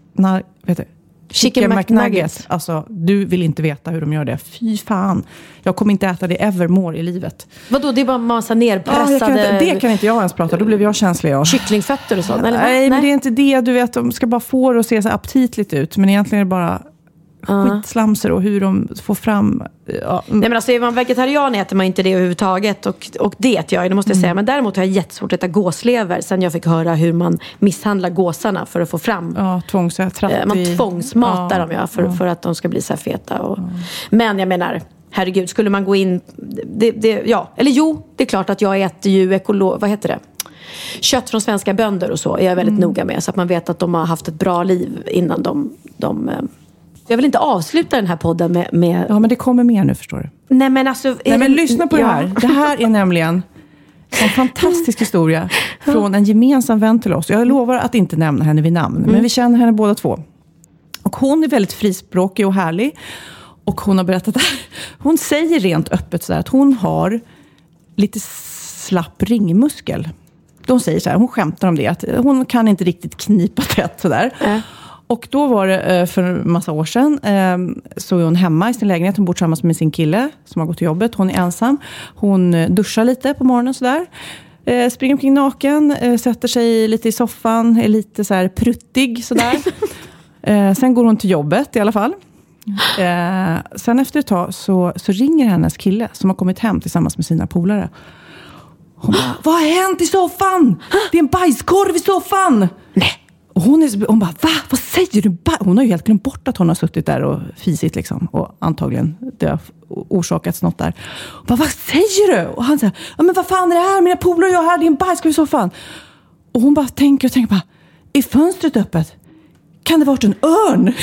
E: Chicken McNuggets. Alltså, du vill inte veta hur de gör det. Fy fan. Jag kommer inte äta det evermore i livet.
F: Vadå, det är bara en massa nerpressade...
E: det kan inte jag ens prata. Då blev jag känslig.
F: Kycklingfötter och sånt? Eller?
E: Nej, men det är inte det. Du vet, de ska bara få det att se så aptitligt ut. Men egentligen är det bara skitslamser och hur de får fram... Ja.
F: Nej, men alltså är man vegetarian äter man inte det överhuvudtaget. Och det äter jag, det måste jag säga. Men däremot har jag jättesvårt att äta gåslever sen jag fick höra hur man misshandlar gåsarna för att få fram...
E: Ja,
F: man tvångsmatar dem för att de ska bli så här feta. Men jag menar, herregud, skulle man gå in... det är klart att jag äter ju vad heter det? Kött från svenska bönder och så är jag väldigt noga med. Så att man vet att de har haft ett bra liv innan de jag vill inte avsluta den här podden med...
E: Ja, men det kommer mer nu, förstår du.
F: Nej, men alltså...
E: lyssna på det här. Det här är nämligen en fantastisk historia från en gemensam vän till oss. Jag lovar att inte nämna henne vid namn. Men vi känner henne båda två. Och hon är väldigt frispråkig och härlig. Och hon har berättat det här. Hon säger rent öppet så här att hon har lite slapp ringmuskel. De säger så här, hon skämtar om det. Att hon kan inte riktigt knipa tätt så där. Och då var det för en massa år sedan så är hon hemma i sin lägenhet. Hon bor tillsammans med sin kille som har gått till jobbet. Hon är ensam. Hon duschar lite på morgonen sådär. Springer omkring naken. Sätter sig lite i soffan. Är lite så här pruttig sådär. Sen går hon till jobbet i alla fall. Sen efter ett tag så ringer hennes kille som har kommit hem tillsammans med sina polare. Hon bara, vad har hänt i soffan? Det är en bajskorv i soffan! Nej. Och hon bara, va? Vad säger du? Hon har ju helt glömt bort att hon har suttit där och fisit liksom. Och antagligen det har orsakats något där. Hon bara, vad säger du? Och han säger, ja men vad fan är det här? Mina polare och jag här, det är en bajskorv i soffan. Och hon bara tänker bara, är fönstret öppet? kan det varit en örn?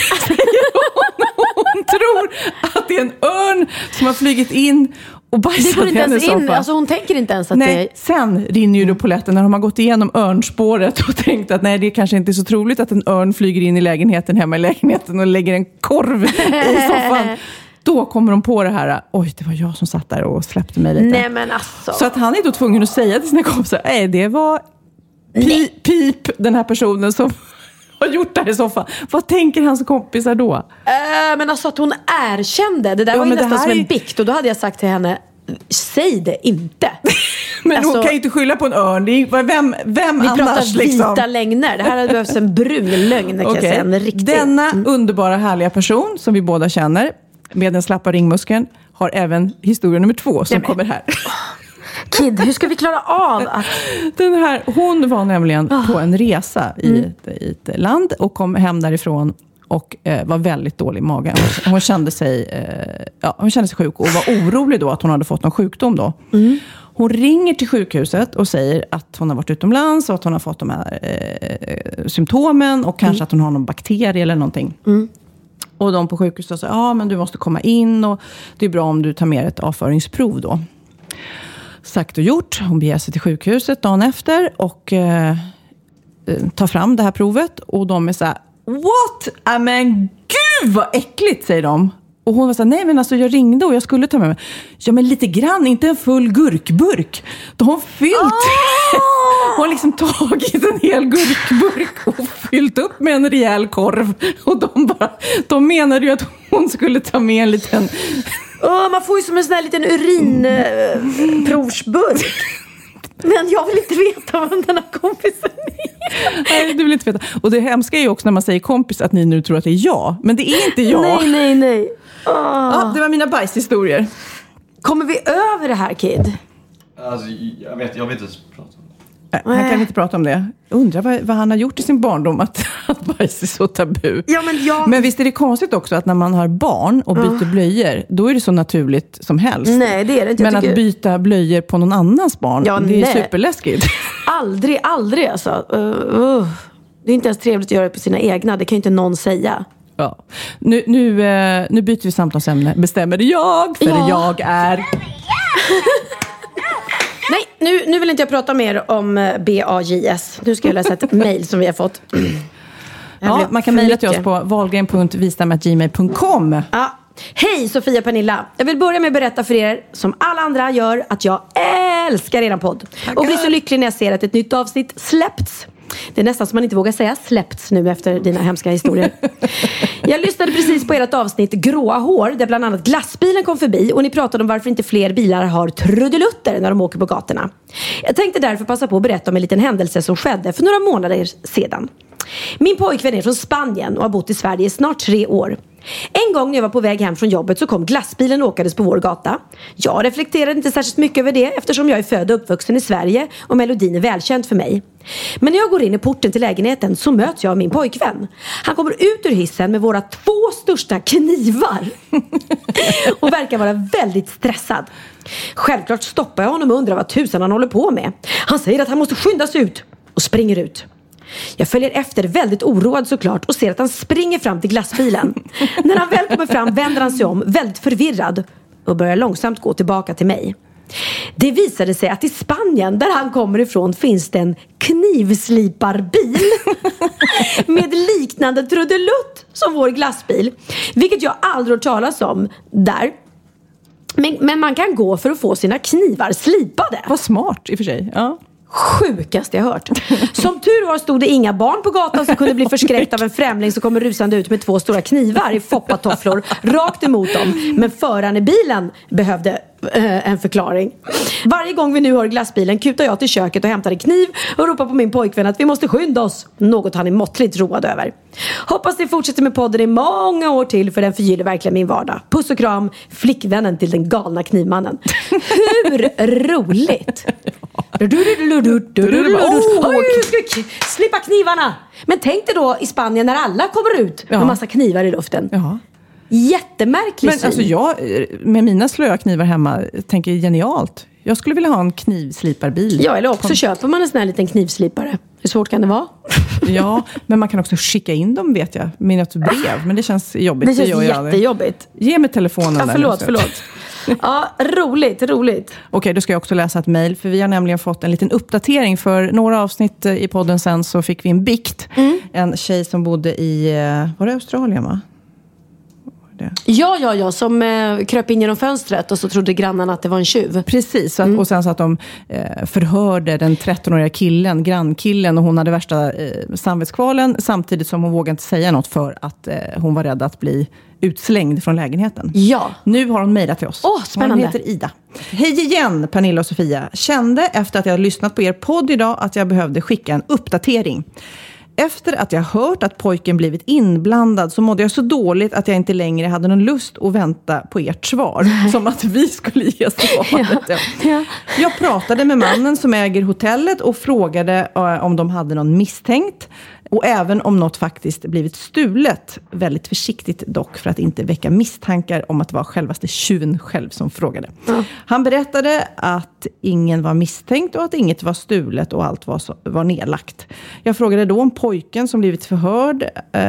E: Hon tror att det är en örn som har flygit in och bajsat.
F: Det går inte ens in, alltså hon tänker inte ens att
E: nej, sen rinner ju då polletten när de har gått igenom örnspåret och tänkt att nej, det kanske inte är så troligt att en örn flyger in i lägenheten, hemma i lägenheten och lägger en korv i soffan. Då kommer de på det här, oj, det var jag som satt där och släppte mig lite.
F: Nej, men alltså.
E: Så att han är då tvungen att säga till sina kompisar, nej, det var pip, den här personen som har gjort det här i soffan. Vad tänker hans kompisar då?
F: Men alltså att hon erkände, det där var ju nästan som en bikt. Och då hade jag sagt till henne, säg det inte.
E: Men alltså, hon kan ju inte skylla på en örn. Vem
F: vi
E: annars?
F: Vi pratar vita
E: liksom?
F: Lögner. Det här hade behövts en brun lögn, kan jag säga. En riktig.
E: Denna underbara, härliga person som vi båda känner, med den slappa ringmuskeln, har även historia nummer 2 som kommer här.
F: Kid, hur ska vi klara av att...
E: Hon var nämligen på en resa i ett land och kom hem därifrån och var väldigt dålig i magen. Hon kände sig sjuk och var orolig då att hon hade fått någon sjukdom då. Hon ringer till sjukhuset och säger att hon har varit utomlands och att hon har fått de här symptomen och kanske att hon har någon bakterie eller någonting. Och de på sjukhuset sa, men du måste komma in och det är bra om du tar med ett avföringsprov då. Sagt och gjort. Hon beger sig till sjukhuset dagen efter och tar fram det här provet. Och de är så här, what? Men gud vad äckligt, säger de. Och hon var så här, nej men alltså jag ringde och jag skulle ta med mig. Ja men lite grann, inte en full gurkburk. Då har hon fyllt. Hon har liksom tagit en hel gurkburk och fyllt upp med en rejäl korv. Och de menade ju att hon skulle ta med en liten...
F: man får ju som en sån här liten urinprovsburk. Men jag vill inte veta vem den här kompisen är.
E: Nej, du vill inte veta. Och det hemska är ju också när man säger kompis att ni nu tror att det är jag. Men det är inte jag.
F: Nej.
E: Ja, det var mina bajshistorier.
F: Kommer vi över det här, Kid?
G: Alltså, jag vet inte prata om det.
E: Han kan inte prata om det. Undrar vad han har gjort i sin barndom att bajs är så tabu.
F: Ja,
E: men visst är det konstigt också att när man har barn och byter blöjor, då är det så naturligt som helst.
F: Nej, det är det inte.
E: Men att byta blöjor på någon annans barn, det är superläskigt.
F: Aldrig alltså. Det är inte ens trevligt att göra det på sina egna. Det kan ju inte någon säga.
E: Ja. Nu byter vi samtalsämne. Bestämmer jag, för jag är...
F: Nej, nu vill inte jag prata mer om BAJS. Nu ska jag läsa ett mejl som vi har fått.
E: Ja, man kan mejla till oss på wahlgren.vistam@gmail.com.
F: Ja. Hej Sofia Pernilla. Jag vill börja med att berätta för er, som alla andra gör, att jag älskar er podd. Tackar. Och blir så lycklig när jag ser att ett nytt avsnitt släppts. Det är nästan som man inte vågar säga släppts nu efter dina hemska historier. Jag lyssnade precis på ert avsnitt Gråa hår, där bland annat glassbilen kom förbi. Och ni pratade om varför inte fler bilar har trudelutter när de åker på gatorna. Jag tänkte därför passa på att berätta om en liten händelse som skedde för några månader sedan. Min pojkvän är från Spanien och har bott i Sverige i snart 3 år. En gång när jag var på väg hem från jobbet så kom glassbilen och åkades på vår gata. Jag reflekterade inte särskilt mycket över det eftersom jag är född och uppvuxen i Sverige och melodin är välkänd för mig. Men när jag går in i porten till lägenheten så möts jag av min pojkvän. Han kommer ut ur hissen med våra 2 största knivar och verkar vara väldigt stressad. Självklart stoppar jag honom och undrar vad tusan han håller på med. Han säger att han måste skynda sig ut och springer ut. Jag följer efter väldigt oroad såklart och ser att han springer fram till glassbilen. När han väl kommer fram vänder han sig om väldigt förvirrad och börjar långsamt gå tillbaka till mig. Det visade sig att i Spanien, där han kommer ifrån, finns det en knivsliparbil med liknande trudelutt som vår glassbil. Vilket jag aldrig hört talas om där. Men man kan gå för att få sina knivar slipade.
E: Vad smart i och för sig, ja.
F: Sjukaste jag hört. Som tur var stod det inga barn på gatan som kunde bli förskräckt av en främling som kommer rusande ut med 2 stora knivar i foppatofflor rakt emot dem. Men föraren i bilen behövde en förklaring. Varje gång vi nu hör glassbilen kutar jag till köket och hämtar en kniv och ropar på min pojkvän att vi måste skynda oss. Något han är måttligt road över. Hoppas ni fortsätter med podden i många år till, för den förgyller verkligen min vardag. Puss och kram, flickvännen till den galna knivmannen. Hur roligt! Slippa knivarna. Men tänk dig då i Spanien när alla kommer ut med massa knivar i luften.
E: Ja.
F: Jättemärkligt.
E: Men alltså jag med mina slöa knivar hemma tänker genialt. Jag skulle vilja ha en knivsliparbil.
F: Ja, eller också köper man en sån här liten knivslipare. Hur svårt kan det vara?
E: Ja, men man kan också skicka in dem, vet jag, med ett brev. Men det känns jobbigt.
F: Det känns jättejobbigt.
E: Ge mig telefonen.
F: Ja, förlåt. Ja, roligt.
E: Okej, då ska jag också läsa ett mejl. För vi har nämligen fått en liten uppdatering. För några avsnitt i podden sen så fick vi en bikt. En tjej som bodde i, var det Australien, va?
F: Ja, som kröp in genom fönstret och så trodde grannarna att det var en tjuv.
E: Precis, och sen så att de förhörde den 13-åriga grannkillen, och hon hade värsta samvetskvalen, samtidigt som hon vågade inte säga något för att hon var rädd att bli utslängd från lägenheten.
F: Ja.
E: Nu har hon mejlat till oss.
F: Spännande.
E: Hon heter Ida. Hej igen, Pernilla och Sofia. Kände efter att jag hade lyssnat på er podd idag att jag behövde skicka en uppdatering. Efter att jag hört att pojken blivit inblandad så mådde jag så dåligt att jag inte längre hade någon lust att vänta på ert svar. Som att vi skulle ge svaret. Ja. Jag pratade med mannen som äger hotellet och frågade om de hade någon misstänkt. Och även om något faktiskt blivit stulet. Väldigt försiktigt dock, för att inte väcka misstankar om att det var självaste tjuven själv som frågade. Han berättade att ingen var misstänkt och att inget var stulet och allt var nedlagt. Jag frågade då om pojken som blivit förhörd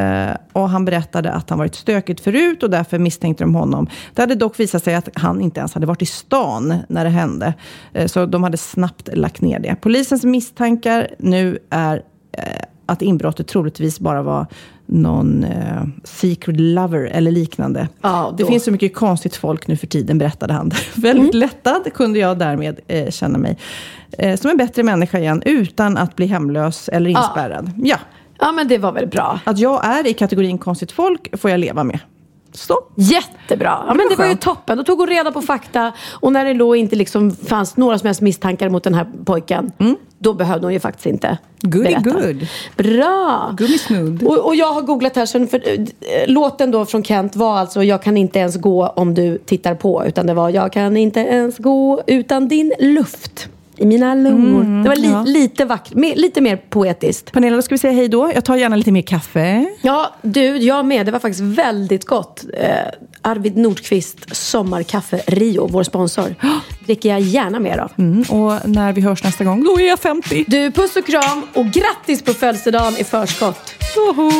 E: och han berättade att han varit stökigt förut och därför misstänkte de honom. Det hade dock visat sig att han inte ens hade varit i stan när det hände. Så de hade snabbt lagt ner det. Polisens misstankar nu är att inbrottet troligtvis bara var någon secret lover eller liknande. Det finns så mycket konstigt folk nu för tiden, berättade han. Väldigt lättad kunde jag därmed känna mig som en bättre människa igen utan att bli hemlös eller inspärrad.
F: Ja, men det var väl bra.
E: Att jag är i kategorin konstigt folk får jag leva med. Så.
F: Jättebra. Ja, men det var ju toppen. Då tog hon reda på fakta. Och när det då inte liksom fanns några som helst misstankar mot den här pojken, då behövde hon ju faktiskt inte berätta.
E: Good.
F: Bra.
E: Gummisnodd.
F: Och jag har googlat här sen, för låten då från Kent var alltså jag kan inte ens gå om du tittar på, utan det var jag kan inte ens gå utan din luft i mina lungor. Det var lite vackert, lite mer poetiskt.
E: Pernilla, då ska vi säga hej då. Jag tar gärna lite mer kaffe.
F: Ja, jag med. Det var faktiskt väldigt gott. Arvid Nordqvist sommarkaffe Rio, vår sponsor. Dricker jag gärna mer av.
E: Och när vi hörs nästa gång, då är jag 50.
F: Du, puss och kram och grattis på födelsedagen i förskott.
E: Tjoho!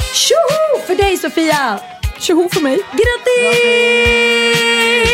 F: Tjoho för dig, Sofia!
E: Tjoho för mig.
F: Grattis!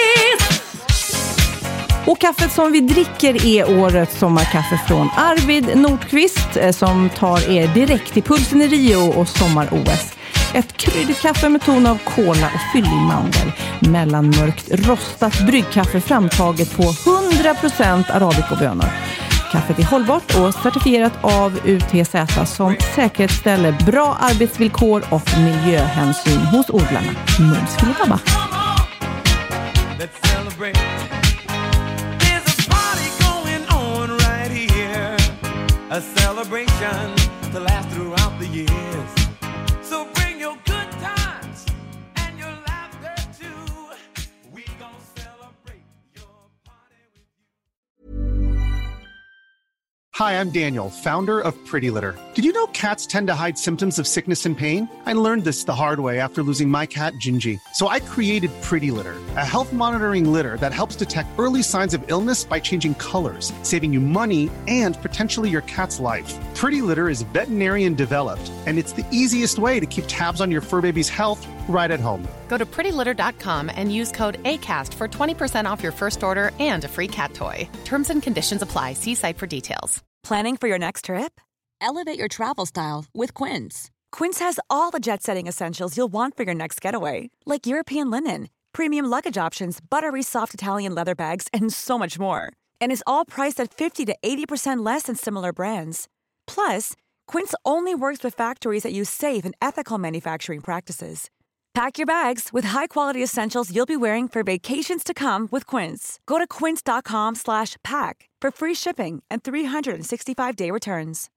E: Och kaffet som vi dricker är årets sommarkaffe från Arvid Nordqvist som tar er direkt till pulsen i Rio och sommar-OS. Ett kryddigt kaffe med ton av kola och fyllig mandel. Mellanmörkt rostat bryggkaffe framtaget på 100% arabicobönor. Kaffet är hållbart och certifierat av UTZ som säkerhetsställer bra arbetsvillkor och miljöhänsyn hos odlarna. Mums filibabba.
O: A celebration to last throughout the years. So bring your good times and your laughter too. We gon' celebrate your party with you.
P: Hi, I'm Daniel, founder of Pretty Litter. Did you know cats tend to hide symptoms of sickness and pain? I learned this the hard way after losing my cat, Gingy. So I created Pretty Litter, a health monitoring litter that helps detect early signs of illness by changing colors, saving you money and potentially your cat's life. Pretty Litter is veterinarian developed, and it's the easiest way to keep tabs on your fur baby's health right at home.
Q: Go to prettylitter.com and use code ACAST for 20% off your first order and a free cat toy. Terms and conditions apply. See site for details.
R: Planning for your next trip? Elevate your travel style with Quince. Quince has all the jet-setting essentials you'll want for your next getaway, like European linen, premium luggage options, buttery soft Italian leather bags, and so much more. And is all priced at 50 to 80% less than similar brands. Plus, Quince only works with factories that use safe and ethical manufacturing practices. Pack your bags with high-quality essentials you'll be wearing for vacations to come with Quince. Go to quince.com/pack for free shipping and 365-day returns.